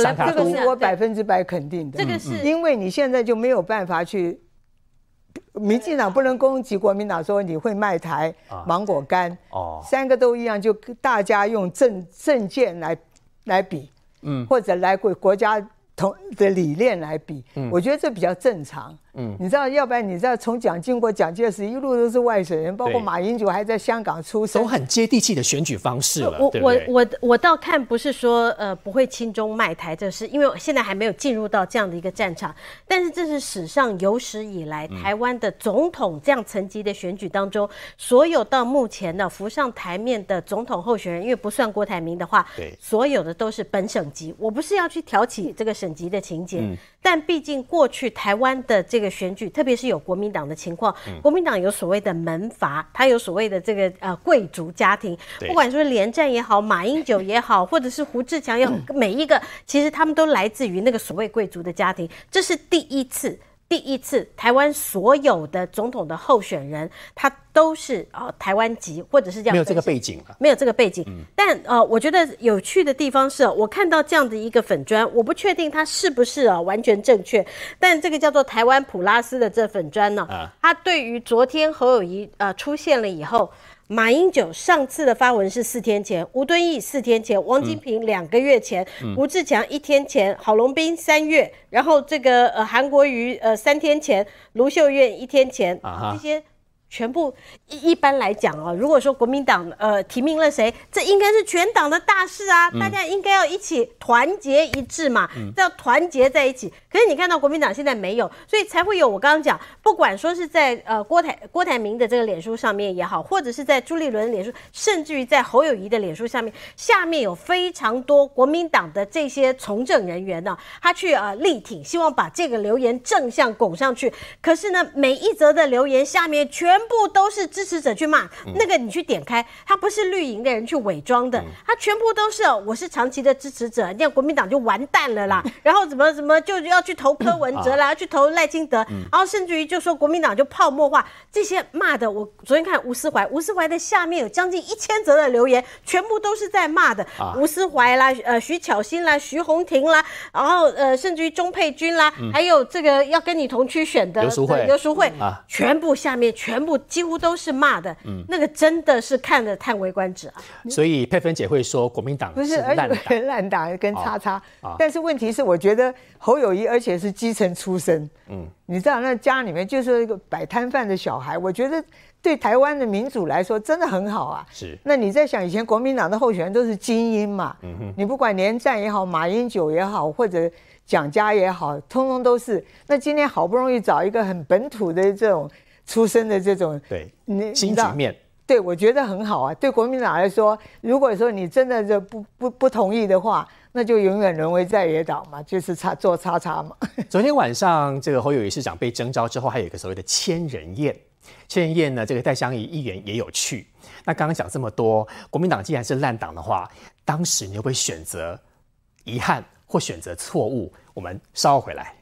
100%肯定的。 这个是因为你现在就没有办法去。民进党不能攻击国民党说你会卖台、芒果干，3个都一样，就大家用政见来比，或者来国家的理念来比，我觉得这比较正常。你知道，要不然你知道从蒋经国、蒋介石一路都是外省人，包括马英九还在香港出生， 都很接地气的选举方式了。 我倒看不是说不会亲中卖台这事，因为现在还没有进入到这样的一个战场，但是这是史上有史以来台湾的总统这样层级的选举当中，所有到目前的浮上台面的总统候选人，因为不算郭台铭的话，所有的都是本省级。我不是要去挑起这个省级的情节，但毕竟过去台湾的这个选举，特别是有国民党的情况，国民党有所谓的门阀，他有所谓的这个贵族家庭，不管说连战也好，马英九也好，或者是胡志强也好，每一个其实他们都来自于那个所谓贵族的家庭，这是第一次台湾所有的总统的候选人，他都是台湾籍，或者是这样， 没有这个背景了， 没有这个背景。但我觉得有趣的地方是，我看到这样的一个粉专，我不确定它是不是完全正确，但这个叫做台湾普拉斯的这粉专呢，它对于昨天侯友宜出现了以后。马英九上次的发文是4天前，吴敦义4天前，王金平2个月前，胡志强1天前，郝龙斌3月，然后这个韩国瑜3天前，卢秀燕1天前，这些全部一般来讲如果说国民党提名了谁，这应该是全党的大事啊，大家应该要一起团结一致嘛，要团结在一起。可是你看到国民党现在没有，所以才会有我刚刚讲，不管说是在郭台铭的这个脸书上面也好，或者是在朱立伦的脸书，甚至于在侯友宜的脸书下面有非常多国民党的这些从政人员呢，他去力挺，希望把这个留言正向拱上去。可是呢，每一则的留言下面全部都是支持者去骂，那个你去点开，他不是绿营的人去伪装的，他全部都是我是长期的支持者，那样国民党就完蛋了啦。然后怎么就要去投柯文哲啦，要去投赖清德，然后甚至于就说国民党就泡沫化，这些骂的，我昨天看吴思怀的下面有将近1000则的留言，全部都是在骂的，吴思怀啦，徐巧芯啦，徐宏庭啦，然后甚至于钟佩君啦，还有这个要跟你同区选的刘淑慧，全部下面全部几乎都是骂的，那个真的是看得叹为观止啊。 所以佩芬姐会说国民党是烂党跟叉叉，但是问题是我觉得侯友宜而且是基层出身，你知道那家里面就是一个摆摊贩的小孩，我觉得对台湾的民主来说真的很好啊。 是， 那你在想以前国民党的候选人都是精英嘛，你不管连战也好，马英九也好，或者蒋家也好，通通都是。那今天好不容易找一个很本土的这种出身的这种新局面， 对，我觉得很好啊。对国民党来说，如果说你真的就不同意的话，那就永远沦为在野党嘛，就是做叉叉嘛。 昨天晚上这个侯友宜市长被征召之后，还有一个所谓的千人宴。千人宴呢，这个戴相仪议员也有去。那刚刚讲这么多，国民党既然是烂党的话，当时你会不会选择遗憾或选择错误？我们稍后回来。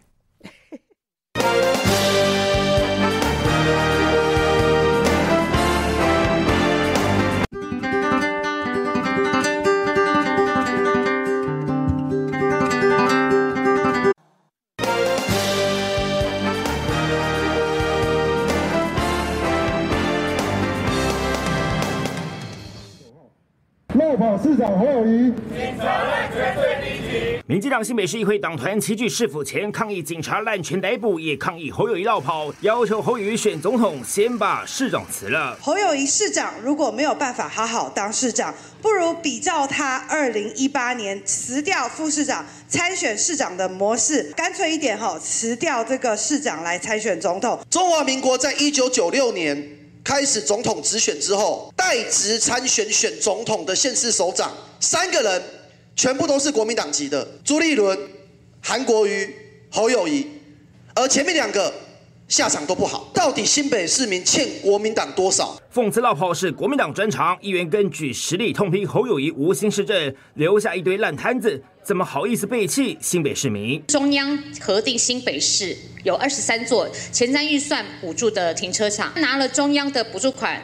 落跑市长侯友宜， 警察滥权最低级。民进党新北市议会党团齐聚市府前抗议警察滥权逮捕，也抗议侯友宜落跑，要求侯友宜选总统先把市长辞了。 侯友宜市长如果没有办法好好当市长，不如比照他2018年辞掉副市长参选市长的模式，干脆一点辞掉这个市长来参选总统。 中华民国在1996年。开始总统直选之后，代职参选总统的县市首长3个人，全部都是国民党籍的，朱立伦、韩国瑜、侯友宜，而前面2个下场都不好。到底新北市民欠国民党多少？ 讽刺落跑是国民党专长，议员更举实力痛批侯友宜无心施政，留下一堆烂摊子，怎么好意思背弃新北市民？ 中央核定新北市有23座前瞻预算补助的停车场，拿了中央的补助款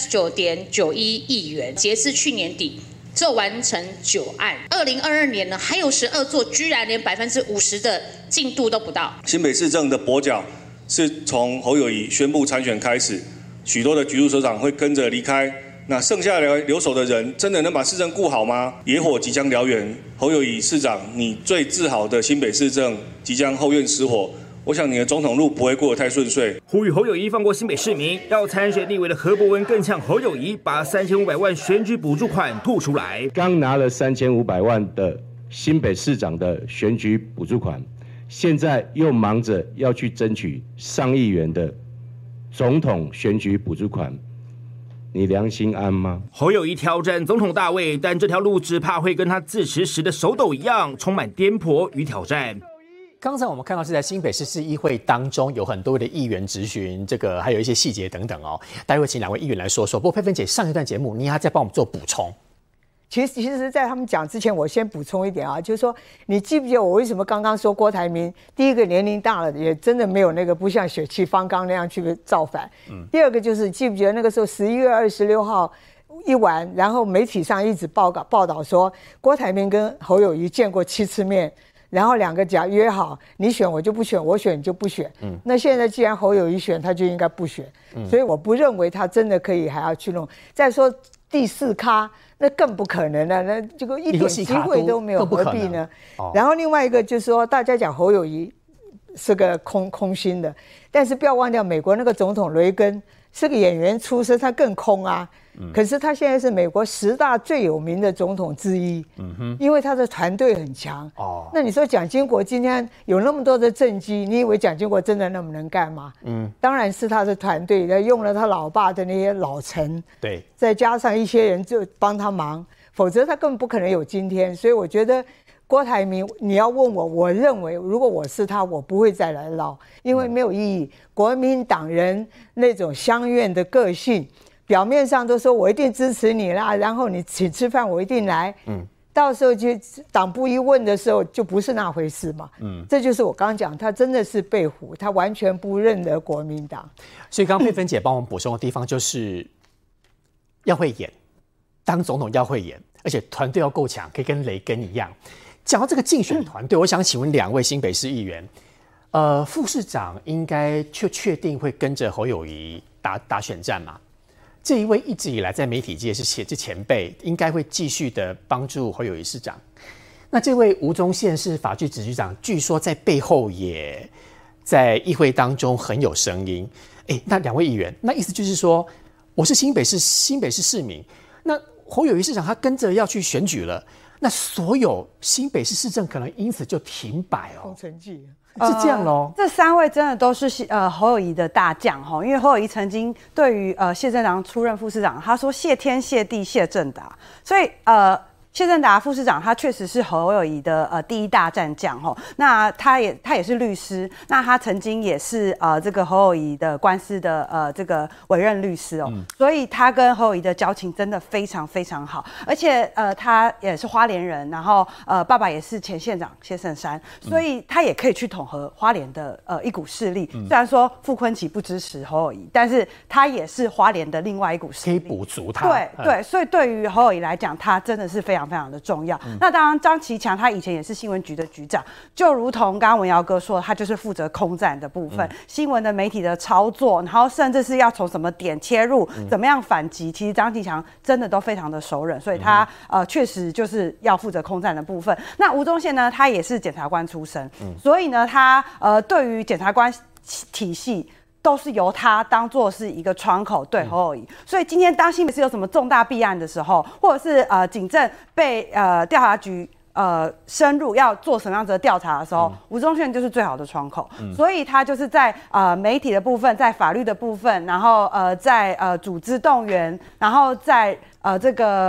39.91亿元，截至去年底。只有完成9案，2022年呢还有12座，居然连50%的进度都不到。 新北市政的跛脚是从侯友宜宣布参选开始，许多的局处首长会跟着离开，那剩下留守的人真的能把市政顾好吗？野火即将燎原，侯友宜市长，你最自豪的新北市政即将后院失火。我想你的总统路不会过得太顺遂。 呼吁侯友宜放过新北市民，要参选立委的何伯文更呛侯友宜把3500万选举补助款吐出来。 刚拿了3500万的新北市长的选举补助款，现在又忙着要去争取上亿元的总统选举补助款，你良心安吗？ 侯友宜挑战总统大位，但这条路只怕会跟他自持时的手抖一样，充满颠簸与挑战。 刚才我们看到是在新北市市议会当中有很多的议员质询，这个还有一些细节等等哦。待会请2位议员来说说。不过佩芬姐上一段节目，你还在帮我们做补充。 其实，在他们讲之前，我先补充一点啊，就是说，你记不记得我为什么刚刚说郭台铭第一个年龄大了，也真的没有那个不像血气方刚那样去造反。第二个就是记不记得那个时候11月26号一晚，然后媒体上一直报道说郭台铭跟侯友宜见过7次面。然后2个讲约好，你选我就不选，我选你就不选。那现在既然侯友宜选，他就应该不选。所以我不认为他真的可以还要去弄。再说第4咖，那更不可能了，那这个一点机会都没有，何必呢？然后另外一个就是说，大家讲侯友宜是个空心的，但是不要忘掉美国那个总统雷根是个演员出身，他更空啊。可是他现在是美国10大最有名的总统之一，因为他的团队很强。那你说蒋经国今天有那么多的政绩，你以为蒋经国真的那么能干吗？当然是他的团队，他用了他老爸的那些老臣， 对， 再加上一些人就帮他忙，否则他根本不可能有今天。所以我觉得郭台铭，你要问我，我认为如果我是他，我不会再来闹，因为没有意义。国民党人那种乡愿的个性。表面上都说我一定支持你啦，然后你请吃饭我一定来，到时候就党部一问的时候就不是那回事嘛，这就是我刚刚讲，他真的是背虎，他完全不认得国民党。 所以刚刚佩芬姐帮我们补充的地方就是要会演，当总统要会演，而且团队要够强，可以跟雷根一样。讲到这个竞选团队，我想请问2位新北市议员，副市长应该确定会跟着侯友宜打选战吗？这一位一直以来在媒体界是前辈，应该会继续的帮助侯友宜市长。那这位吴宗宪是法剧执局长，据说在背后也在议会当中很有声音。那2位议员，那意思就是说，我是新北市市民，那侯友宜市长他跟着要去选举了，那所有新北市市政可能因此就停摆哦。 空城计。 是这样咯。 这3位真的都是侯友宜的大将哈，因为侯友宜曾经对于谢正达出任副市长，他说谢天谢地谢正达，所以谢正达副市长他确实是侯友宜的第一大战将哈。那他也是律师，那他曾经也是这个侯友宜的官司的这个委任律师哦，所以他跟侯友宜的交情真的非常非常好，而且他也是花莲人，然后爸爸也是前县长谢胜山，所以他也可以去统合花莲的一股势力。虽然说傅昆萁不支持侯友宜，但是他也是花莲的另外一股势力， 可以补足他。 对，所以对于侯友宜来讲，他真的是非常非常的重要。那当然，张其强他以前也是新闻局的局长，就如同刚刚文尧哥说，他就是负责空战的部分，新闻的媒体的操作，然后甚至是要从什么点切入，怎么样反击，其实张其强真的都非常的熟稔，所以他确实就是要负责空战的部分。那吴宗宪呢，他也是检察官出身，所以呢，他对于检察官体系都是由他当作是一个窗口对侯友宜，所以今天当新北市有什么重大弊案的时候，或者是警政被调查局深入要做什么样子的调查的时候，吴宗宪就是最好的窗口，所以他就是在媒体的部分，在法律的部分，然后在组织动员，然后在这个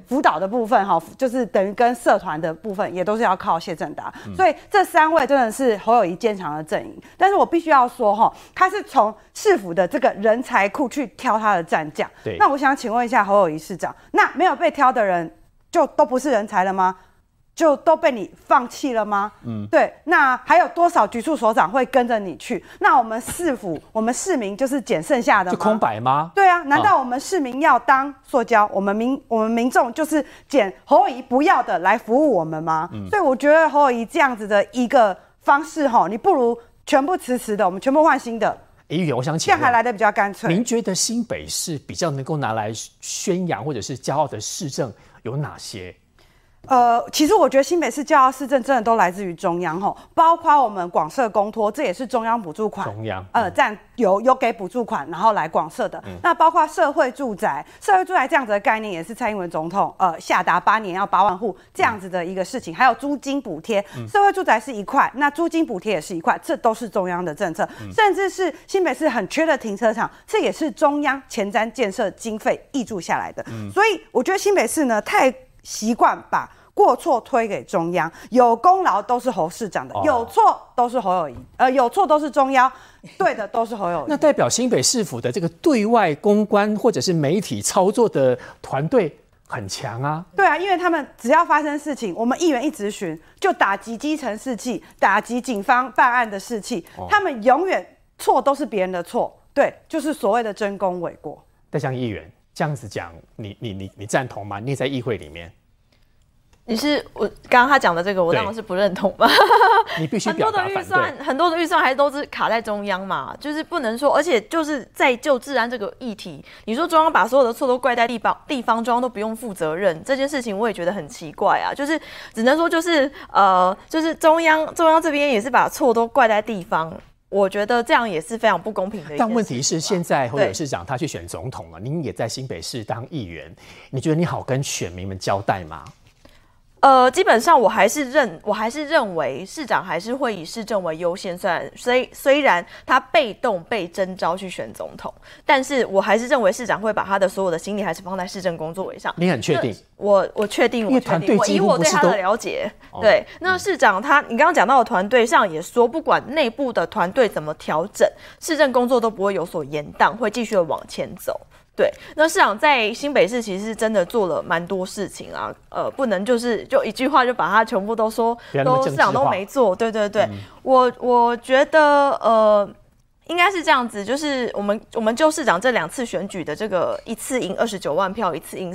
辅导的部分哈，就是等于跟社团的部分也都是要靠谢政达，所以这3位真的是侯友宜坚强的阵营。但是我必须要说哈，他是从市府的这个人才库去挑他的战将。 对， 那我想请问一下侯友宜市长，那没有被挑的人就都不是人才了吗？就都被你放弃了吗？对，那还有多少局处首长会跟着你去？那我们市府，我们市民就是捡剩下的吗？ 就空白吗？ 对啊，难道我们市民要当塑胶？我们民众就是捡侯友宜不要的来服务我们吗？所以我觉得侯友宜这样子的一个方式你不如全部辞的，我们全部换新的。 议员，我想请问， 这样还来得比较干脆。 您觉得新北市比较能够拿来宣扬或者是骄傲的市政有哪些？ 其实我觉得新北市骄傲市政真的都来自于中央包括我们广设公托，这也是中央补助款， 中央有给补助款，然后来广设的。那包括社会住宅这样子的概念，也是蔡英文总统下达8年要8万户这样子的一个事情。还有租金补贴，社会住宅是1块，那租金补贴也是1块，这都是中央的政策。甚至是新北市很缺的停车场，这也是中央前瞻建设经费挹注下来的。所以我觉得新北市呢，太习惯把过错推给中央，有功劳都是侯市长的，有错都是侯友宜，有错都是中央，对的都是侯友宜。 那代表新北市府的这个对外公关或者是媒体操作的团队很强啊。 对啊，因为他们只要发生事情，我们议员一质询，就打击基层士气，打击警方办案的士气，他们永远错都是别人的错，对，就是所谓的真功诿过。 戴相议员这样子讲，你赞同吗？你也在议会里面。 我刚刚他讲的这个，我当然是不认同吧。 你必须表达反对。 很多的预算还都是卡在中央嘛，就是不能说，而且就是在就治安这个议题，你说中央把所有的错都怪在地方，中央都不用负责任，这件事情我也觉得很奇怪啊。就是只能说就是中央这边也是把错都怪在地方。我觉得这样也是非常不公平的一件事。 但问题是，现在侯友宜市长他去选总统了，您也在新北市当议员，你觉得你好跟选民们交代吗？ 基本上我还是认为市长还是会以市政为优先，虽然他被动被征召去选总统，但是我还是认为市长会把他的所有的心力还是放在市政工作为上。 你很确定？ 我确定，以我对他的了解，对，那市长你刚刚讲到的团队上也说，不管内部的团队怎么调整，市政工作都不会有所延宕，会继续的往前走。对，那市长在新北市其实是真的做了蛮多事情啊，不能就一句话就把它全部都说，市长都没做。对对对，我觉得应该是这样子，就是我们就市长这2次选举的这个一次赢29万票，一次赢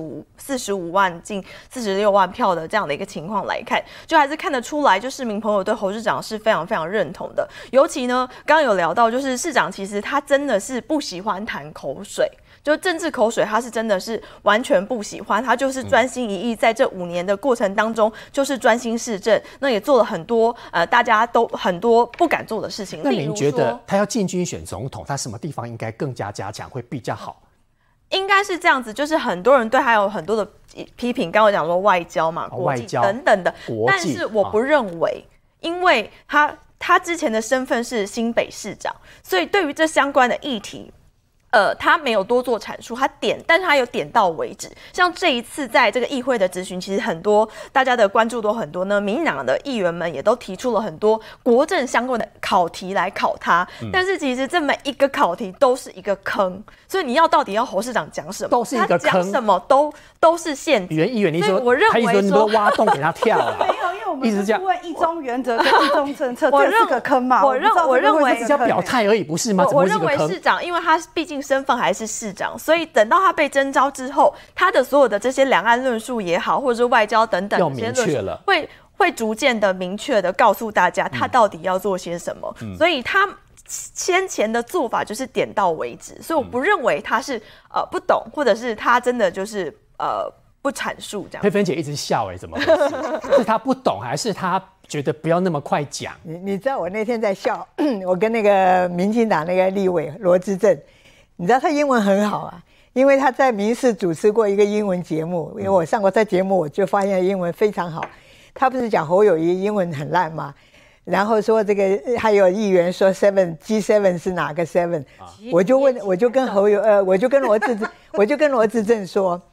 45万进46万票的这样的一个情况来看，就还是看得出来，就市民朋友对侯市长是非常非常认同的。尤其呢，刚刚有聊到，就是市长其实他真的是不喜欢谈口水。就政治口水，他是真的是完全不喜欢，他就是专心一意在这5年的过程当中，就是专心市政，那也做了很多大家都很多不敢做的事情。 那您觉得他要进军选总统，他什么地方应该更加加强会比较好？ 应该是这样子，就是很多人对他有很多的批评，刚刚我讲说外交嘛、国际等等的，但是我不认为，因为他之前的身份是新北市长，所以对于这相关的议题。他没有多做阐述，但是他有点到为止。像这一次在这个议会的质询，其实很多大家的关注都很多呢。民进党的议员们也都提出了很多国政相关的考题来考他，但是其实这每一个考题都是一个坑，所以你到底要侯市长讲什么， 都是一个坑， 他讲什么都是陷阱。 议员，你说， 我认为说你都挖洞给他跳了， 没有，因为我们是问一中原则跟一中政策，这是个坑嘛？ 我认为只要表态而已，不是吗？ 我认为市长，因为他毕竟身份还是市长，所以等到他被征召之后，他的所有的这些两岸论述也好，或者是外交等等， 要明确了， 会逐渐的明确的告诉大家他到底要做些什么。所以他先前的做法就是点到为止，所以我不认为他是不懂，或者是他真的就是不阐述这样。 佩芬姐一直笑怎么回事？是他不懂，还是他觉得不要那么快讲？ 你知道我那天在笑，我跟那个民进党那个立委罗志正。你知道他英文很好啊，因为他在民视主持过一个英文节目，因为我上过他节目，我就发现英文非常好。他不是讲侯友宜英文很烂吗？然后说这个还有议员说 G7 是哪个 7？我就跟罗志正说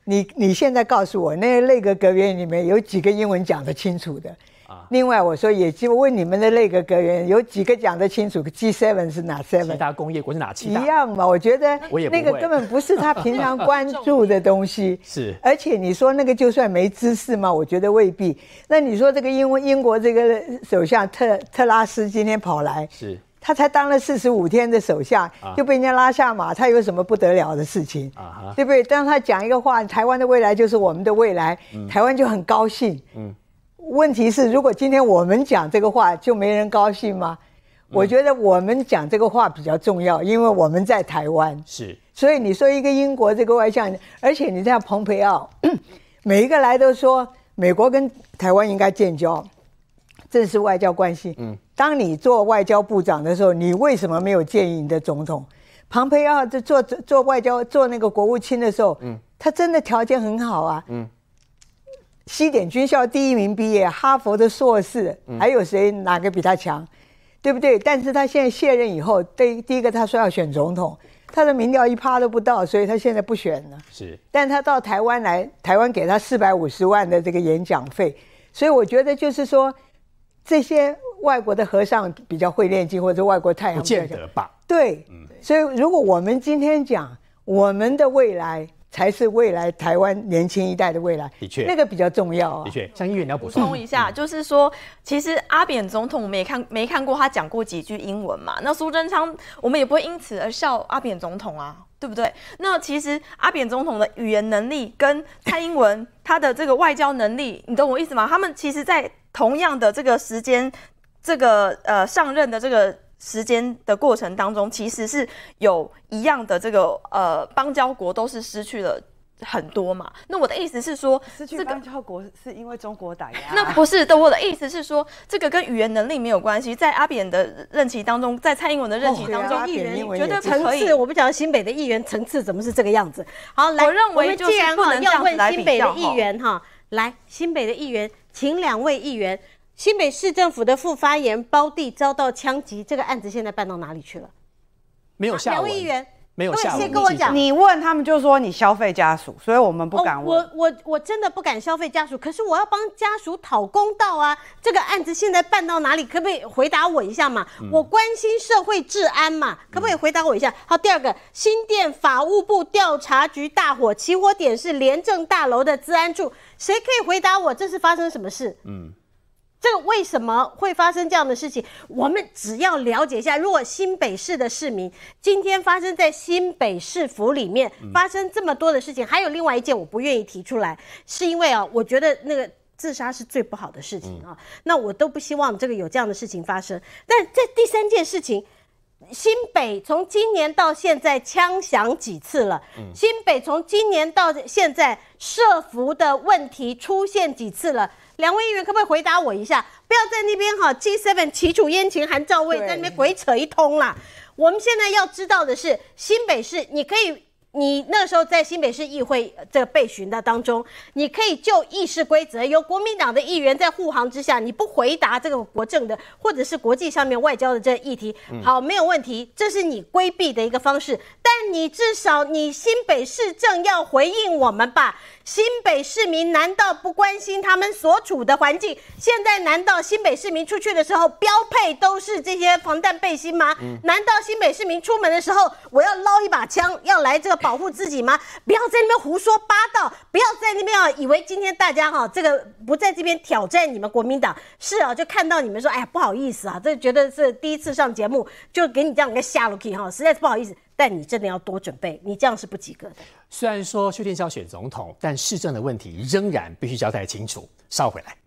你现在告诉我，那个内阁阁员里面有几个英文讲得清楚的？另外，我说也就问你们的内阁阁员有几个讲得清楚 ？G7 是哪 7？ 七大工业国是哪七大？ 一样嘛，我觉得那个根本不是他平常关注的东西。 是， 而且你说那个就算没知识嘛，我觉得未必。那你说这个英国这个首相特拉斯今天跑来， 是。 他才当了45天的首相，就被人家拉下马，他有什么不得了的事情？对不对？当他讲一个话，台湾的未来就是我们的未来，台湾就很高兴。问题是，如果今天我们讲这个话，就没人高兴吗？我觉得我们讲这个话比较重要，因为我们在台湾。 是。 所以你说一个英国这个外相，而且你像蓬佩奥，每一个来都说美国跟台湾应该建交，正是外交关系。当你做外交部长的时候，你为什么没有建议你的总统？蓬佩奥在做外交做那个国务卿的时候，他真的条件很好啊。西点军校第1名毕业，哈佛的硕士，还有谁哪个比他强？对不对？但是他现在卸任以后，第一个他说要选总统，他的民调1%都不到，所以他现在不选了。 是， 但他到台湾来，台湾给他450万的这个演讲费，所以我觉得就是说这些。外国的和尚比较会念经，或者外国太阳不见得吧？ 对，所以如果我们今天讲我们的未来才是未来台湾年轻一代的未来， 的确， 那个比较重要啊。 的确，像议员你要补充一下，就是说，其实阿扁总统我们也没看过他讲过几句英文嘛。那苏贞昌我们也不会因此而笑阿扁总统啊，对不对？那其实阿扁总统的语言能力跟蔡英文他的这个外交能力，你懂我意思吗？他们其实在同样的这个时间。这个上任的这个时间的过程当中，其实是有一样的这个邦交国都是失去了很多嘛。那我的意思是说， 失去邦交国是因为中国打压。 那不是的，我的意思是说，这个跟语言能力没有关系。在阿扁的任期当中，在蔡英文的任期当中， 议员绝对不可以。 层次，我不讲新北的议员层次怎么是这个样子。好，来， 我认为既然不能这样子来比较。 要问新北的议员哈，来，新北的议员，请2位议员。新北市政府的副发言包地遭到枪击，这个案子现在办到哪里去了？ 没有下文。 2位议员没有下文。 先跟我讲， 你问他们就说你消费家属，所以我们不敢问。 我真的不敢消费家属，可是我要帮家属讨公道啊！这个案子现在办到哪里？可不可以回答我一下嘛？我关心社会治安嘛，可不可以回答我一下？好，第二个，新店法务部调查局大火，起火点是廉政大楼的资安处，谁可以回答我这是发生什么事？这个为什么会发生这样的事情？我们只要了解一下，如果新北市的市民今天发生在新北市府里面发生这么多的事情，还有另外一件我不愿意提出来，是因为啊，我觉得那个自杀是最不好的事情啊，那我都不希望这个有这样的事情发生。但在第3件事情，新北从今年到现在枪响几次了？新北从今年到现在社福的问题出现几次了？2位议员可不可以回答我一下？不要在那边G7 齐楚燕秦韩赵魏在那边鬼扯一通啦。我们现在要知道的是，新北市你那时候在新北市议会这个备询的当中，你可以就议事规则，由国民党的议员在护航之下，你不回答这个国政的或者是国际上面外交的这个议题，好，没有问题，这是你规避的一个方式，但你至少你新北市政要回应我们吧。新北市民难道不关心他们所处的环境？现在难道新北市民出去的时候标配都是这些防弹背心吗？难道新北市民出门的时候我要捞一把枪要来这个保护自己吗？不要在那边胡说八道，不要在那边以为今天大家这个不在这边挑战你们国民党，是就看到你们说哎呀不好意思啊，这觉得是第一次上节目就给你这样一个下落去实在是不好意思。但你真的要多准备，你这样是不及格的。 虽然说确定是要选总统，但市政的问题仍然必须交代清楚。稍回来。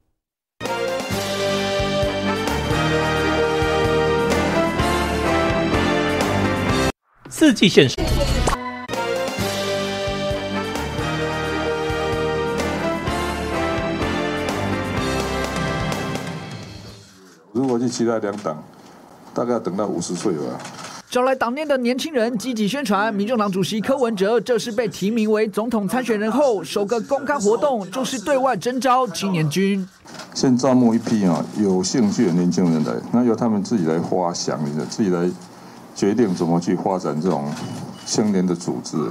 4季现实。 如果去其他2党，大概要等到50岁吧。 找来党内的年轻人积极宣传，民众党主席柯文哲这是被提名为总统参选人后首个公开活动，就是对外征召青年军。 先招募一批有兴趣的年轻人来，那由他们自己来发想，自己来决定怎么去发展这种青年的组织。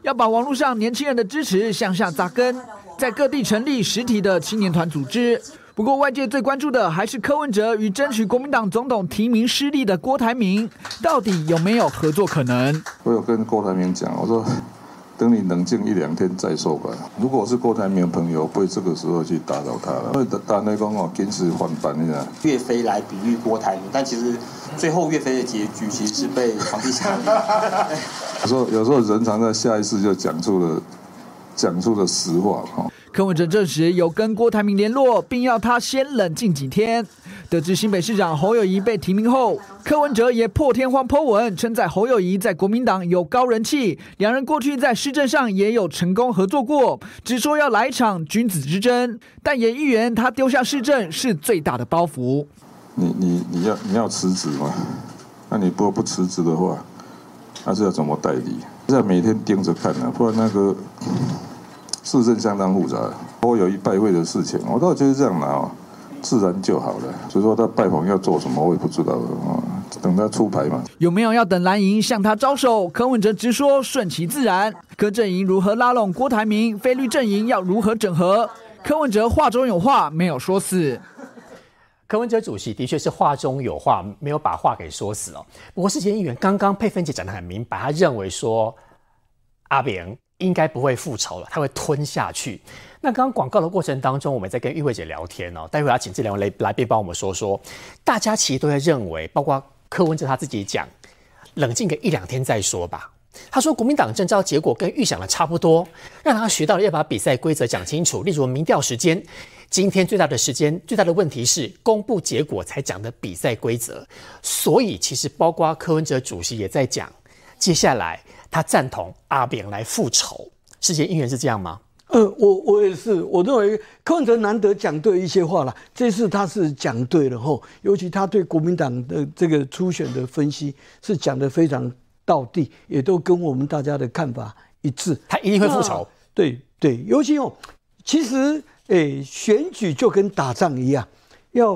要把网络上年轻人的支持向下扎根，在各地成立实体的青年团组织。不过，外界最关注的还是柯文哲与争取国民党总统提名失利的郭台铭，到底有没有合作可能？ 我有跟郭台铭讲，我说等你冷静1-2天再说吧。如果我是郭台铭的朋友，不会这个时候去打扰他了。因为打那讲哦，临时换班的。 岳飞来比喻郭台铭，但其实最后岳飞的结局其实是被皇帝下令。 有时候人常在下意识就讲出了实话哈。 柯文哲证实有跟郭台铭联络，并要他先冷静几天。得知新北市长侯友宜被提名后，柯文哲也破天荒 po 文，称赞侯友宜在国民党有高人气，两人过去在市政上也有成功合作过，只说要来一场君子之争，但也预言他丢下市政是最大的包袱。 你要辞职吗？那你不辞职的话，那是要怎么代理？要每天盯着看啊，不然那个市政相当复杂。侯友宜拜会的事情，我倒觉得这样拿哦，自然就好了。所以说他拜访要做什么，我也不知道等他出牌嘛。 有没有要等蓝营向他招手？柯文哲直说顺其自然。柯阵营如何拉拢郭台铭？非绿阵营要如何整合？柯文哲话中有话，没有说死。 柯文哲主席的确是话中有话，没有把话给说死哦。不过世杰议员刚刚佩芬姐讲得很明白，他认为说阿扁应该不会复仇了，他会吞下去。那刚刚广告的过程当中，我们在跟玉慧姐聊天哦，待会要请这两位来宾帮我们说，大家其实都在认为，包括柯文哲他自己讲，冷静个1-2天再说吧。他说国民党征召结果跟预想的差不多，让他学到了要把比赛规则讲清楚，例如民调时间。今天最大的问题是公布结果才讲的比赛规则，所以其实包括柯文哲主席也在讲，接下来他赞同阿扁来复仇。世杰议员是这样吗？ 我也是，我认为柯文哲难得讲对一些话了，这次他是讲对了吼，尤其他对国民党的这个初选的分析是讲得非常到地，也都跟我们大家的看法一致。 他一定会复仇。 对，尤其其实选举就跟打仗一样，要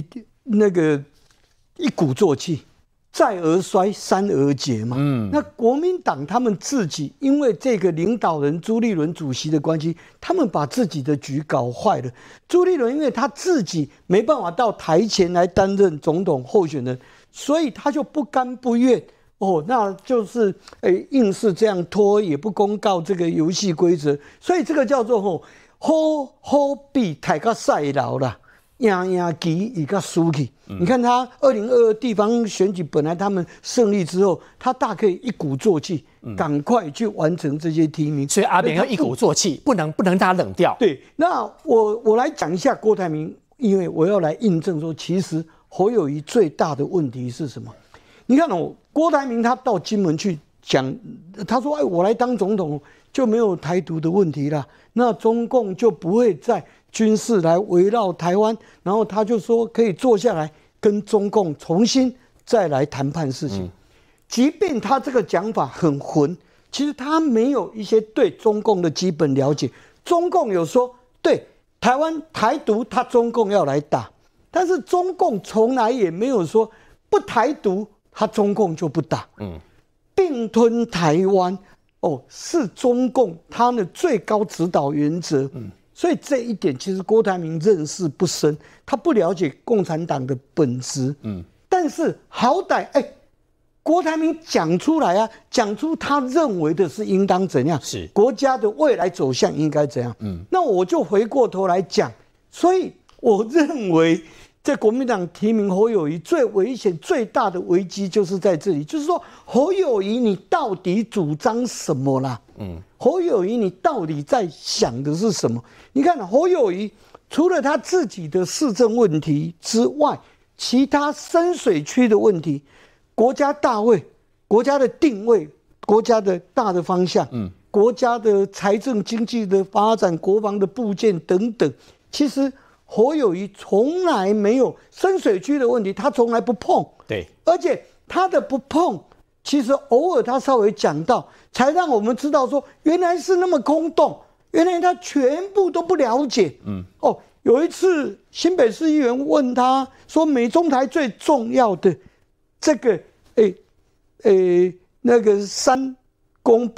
一鼓作气。再而衰，三而竭嘛。那国民党他们自己因为这个领导人朱立伦主席的关系，他们把自己的局搞坏了。朱立伦因为他自己没办法到台前来担任总统候选人，所以他就不甘不愿那就是硬是这样拖，也不公告这个游戏规则，所以这个叫做好比大家赛老啦。赢棋一个输去，你看他2022地方选举，本来他们胜利之后，他大可以一鼓作气，赶快去完成这些提名。 所以阿扁要一鼓作气，不能让他冷掉。 对，那我来讲一下郭台铭，因为我要来印证说，其实侯友宜最大的问题是什么？你看郭台铭他到金门去讲，他说：“我来当总统就没有台独的问题了，那中共就不会再军事来围绕台湾，然后他就说可以坐下来跟中共重新再来谈判事情。即便他这个讲法很混，其实他没有一些对中共的基本了解。中共有说对台湾台独，他中共要来打，但是中共从来也没有说不台独，他中共就不打。并吞台湾是中共他的最高指导原则。所以这一点其实郭台铭认识不深，他不了解共产党的本质。但是好歹郭台铭讲出来啊，讲出他认为的是应当怎样，是国家的未来走向应该怎样。那我就回过头来讲，所以我认为在国民党提名侯友宜最危险、最大的危机就是在这里，就是说侯友宜你到底主张什么啦？侯友宜你到底在想的是什么？你看侯友宜除了他自己的市政问题之外，其他深水区的问题，国家大位、国家的定位、国家的大的方向，国家的财政经济的发展、国防的部件等等，其实侯友宜从来没有深水区的问题，他从来不碰。 对， 而且他的不碰，其实偶尔他稍微讲到，才让我们知道说原来是那么空洞，原来他全部都不了解。有一次新北市议员问他说，美中台最重要的这个那个3公报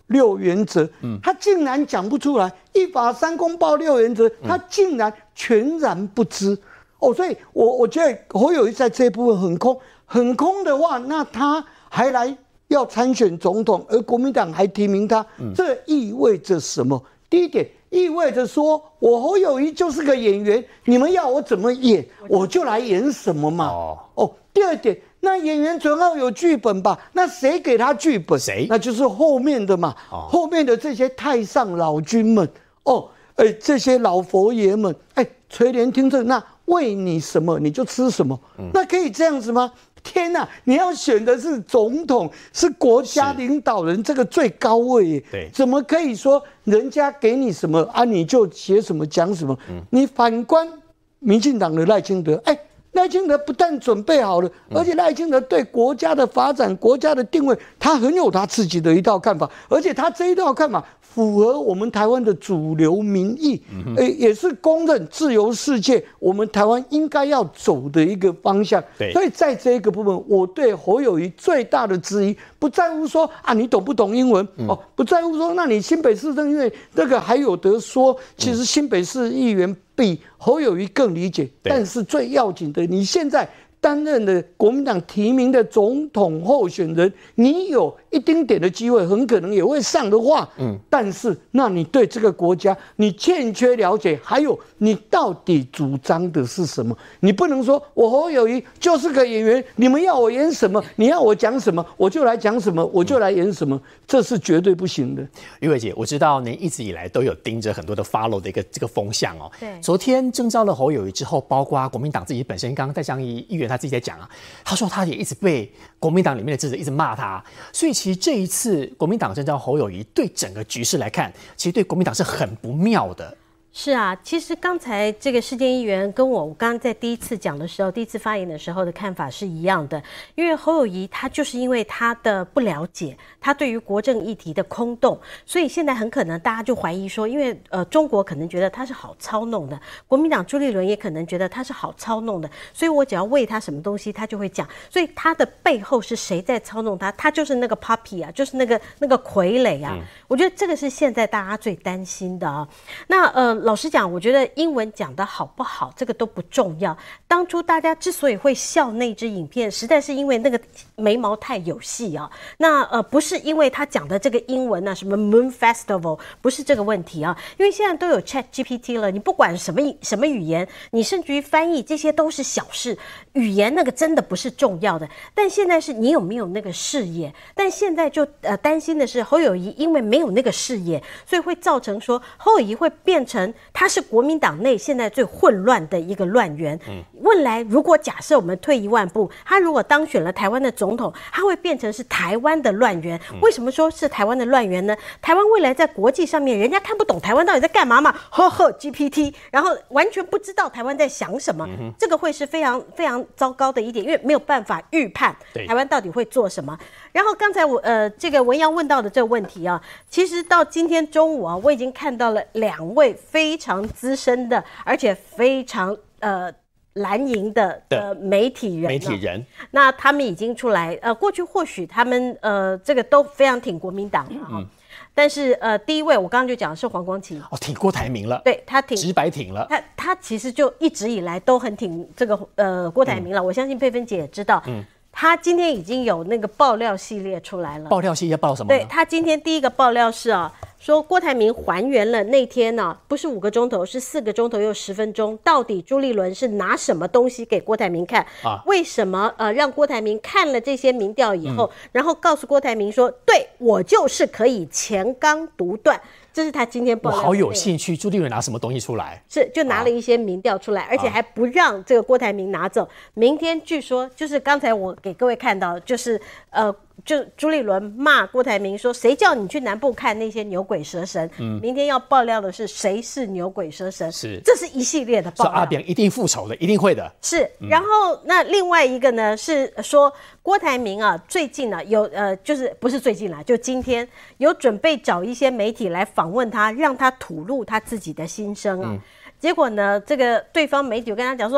六原则，他竟然讲不出来，一法三公报六原则，他竟然全然不知。所以我觉得侯友宜在这一部分很空的话，那他还来要参选总统，而国民党还提名他，这意味着什么？第一点，意味着说我侯友宜就是个演员，你们要我怎么演，我就来演什么嘛。第二点，那演员总要有剧本吧？那谁给他剧本？谁？那就是后面的嘛，后面的这些太上老君们，这些老佛爷们，垂帘听政，那喂你什么你就吃什么，那可以这样子吗？天哪！你要选的是总统，是国家领导人，这个最高位耶。对，怎么可以说人家给你什么啊，你就写什么讲什么？你反观民进党的赖清德，赖清德不但准备好了，而且赖清德对国家的发展、国家的定位，他很有他自己的一套看法，而且他这一套看法符合我们台湾的主流民意，也是公认自由世界我们台湾应该要走的一个方向。所以在这个部分，我对侯友宜最大的质疑，不在乎说啊你懂不懂英文不在乎说那你新北市政因为那个还有得说，其实新北市议员比侯友宜更理解，但是最要紧的，你现在担任的国民党提名的总统候选人，你有一丁点的机会，很可能也会上的话，但是那你对这个国家你欠缺了解，还有你到底主张的是什么？你不能说我侯友宜就是个演员，你们要我演什么，你要我讲什么，我就来讲什么，我就来演什么，这是绝对不行的。 于伟姐，我知道您一直以来都有盯着很多的 follow 的这个风向哦。 对， 昨天征召了侯友宜之后，包括国民党自己本身，刚刚戴相仪议员他自己在讲啊，他说他也一直被国民党里面的支持一直骂他，所以其实这一次国民党征召侯友宜，对整个局势来看，其实对国民党是很不妙的。 是啊，其实刚才这个世坚议员跟我刚刚在第一次讲的时候，第一次发言的时候的看法是一样的，因为侯友宜他就是因为他的不了解，他对于国政议题的空洞，所以现在很可能大家就怀疑说，因为中国可能觉得他是好操弄的，国民党朱立伦也可能觉得他是好操弄的，所以我只要喂他什么东西，他就会讲，所以他的背后是谁在操弄他？他就是那个 puppy 啊，就是那个傀儡啊。我觉得这个是现在大家最担心的啊。那老实讲，我觉得英文讲得好不好，这个都不重要。当初大家之所以会笑那支影片，实在是因为那个眉毛太有戏啊。那不是因为他讲的这个英文啊，什么 Moon Festival， 不是这个问题啊。因为现在都有 ChatGPT 了，你不管什么语言，你甚至于翻译，这些都是小事。语言那个真的不是重要的，但现在是你有没有那个视野。但现在就担心的是侯友宜因为没有那个视野，所以会造成说侯友宜会变成他是国民党内现在最混乱的一个乱源。未来如果假设我们退一万步，他如果当选了台湾的总统，他会变成是台湾的乱源。为什么说是台湾的乱源呢？台湾未来在国际上面，人家看不懂台湾到底在干嘛嘛，GPT， 然后完全不知道台湾在想什么，这个会是非常非常糟糕的一点，因为没有办法预判台湾到底会做什么。然后刚才我这个文阳问到的这个问题啊，其实到今天中午啊，我已经看到了2位非常资深的，而且非常蓝营的媒体人，那他们已经出来，过去或许他们这个都非常挺国民党但是第一位我刚刚就讲的是黄光芹， 挺郭台铭了， 对他挺直白挺了， 他其实就一直以来都很挺这个郭台铭了，我相信佩芬姐也知道，他今天已经有那个爆料系列出来了。 爆料系列爆什么呢？ 对，他今天第一个爆料是说郭台铭还原了那天不是5个钟头，是4个钟头又10分钟，到底朱立伦是拿什么东西给郭台铭看？为什么让郭台铭看了这些民调以后，然后告诉郭台铭说，对我就是可以前纲独断。这是他今天爆料。我好有兴趣，朱立伦拿什么东西出来？ 是就拿了一些民调出来，而且还不让这个郭台铭拿走。明天据说就是刚才我给各位看到，就是就朱立伦骂郭台铭说，谁叫你去南部看那些牛鬼蛇神？明天要爆料的是谁是牛鬼蛇神？是，这是一系列的爆料。 说阿扁一定复仇的，一定会的。 是，然后那另外一个呢是说郭台铭最近有就是不是最近啦，就今天有准备找一些媒体来访问他，让他吐露他自己的心声结果呢，这个对方媒体跟他讲说，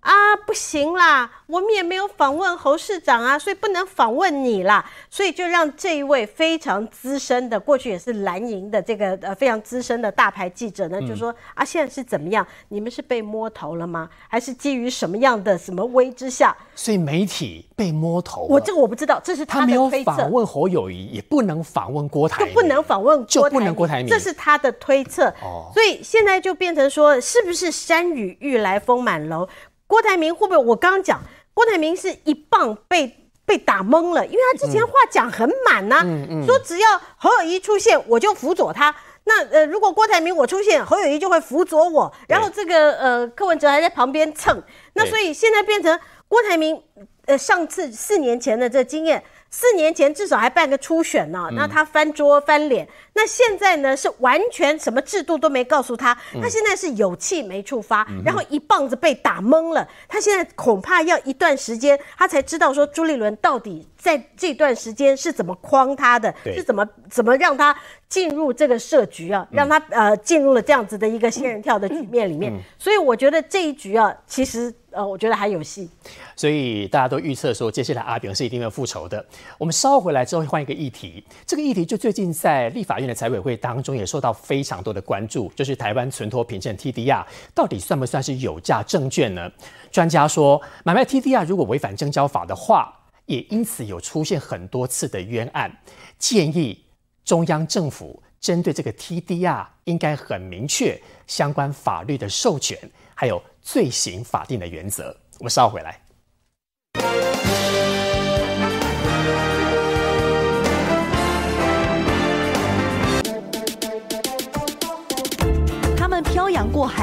不行啦，我们也没有访问侯市长啊，所以不能访问你啦。所以就让这一位非常资深的，过去也是蓝营的这个非常资深的大牌记者呢，就说现在是怎么样？你们是被摸头了吗？还是基于什么样的什么威之下？所以媒体被摸头了，这个我不知道，这是他的推测。他没有访问侯友宜，也不能访问郭台铭，就不能访问郭台铭，这是他的推测。所以现在就变成说，是不是山雨欲来风满楼？郭台铭会不会？我刚刚讲，郭台铭是一棒被打懵了，因为他之前话讲很满呐，说只要侯友宜出现，我就辅佐他。那如果郭台铭我出现，侯友宜就会辅佐我。然后这个柯文哲还在旁边蹭。那所以现在变成郭台铭上次4年前的这经验。4年前至少还办个初选呢，那他翻桌翻脸。那现在呢是完全什么制度都没告诉他，他现在是有气没处发，然后一棒子被打懵了。他现在恐怕要一段时间，他才知道说朱立伦到底在这段时间是怎么诓他的，是怎么让他进入这个设局啊，让他进入了这样子的一个仙人跳的局面里面。所以我觉得这一局啊，其实我觉得还有戏。所以大家都预测说，接下来阿扁是一定会复仇的。我们稍后回来之后会换一个议题，这个议题就最近在立法院的财委会当中也受到非常多的关注，就是台湾存托凭证 TDR 到底算不算是有价证券呢？专家说，买卖 TDR 如果违反证交法的话，也因此有出现很多次的冤案，建议中央政府针对这个 TDR 应该很明确相关法律的授权，还有罪行法定的原则。我们稍后回来。 他们漂洋过海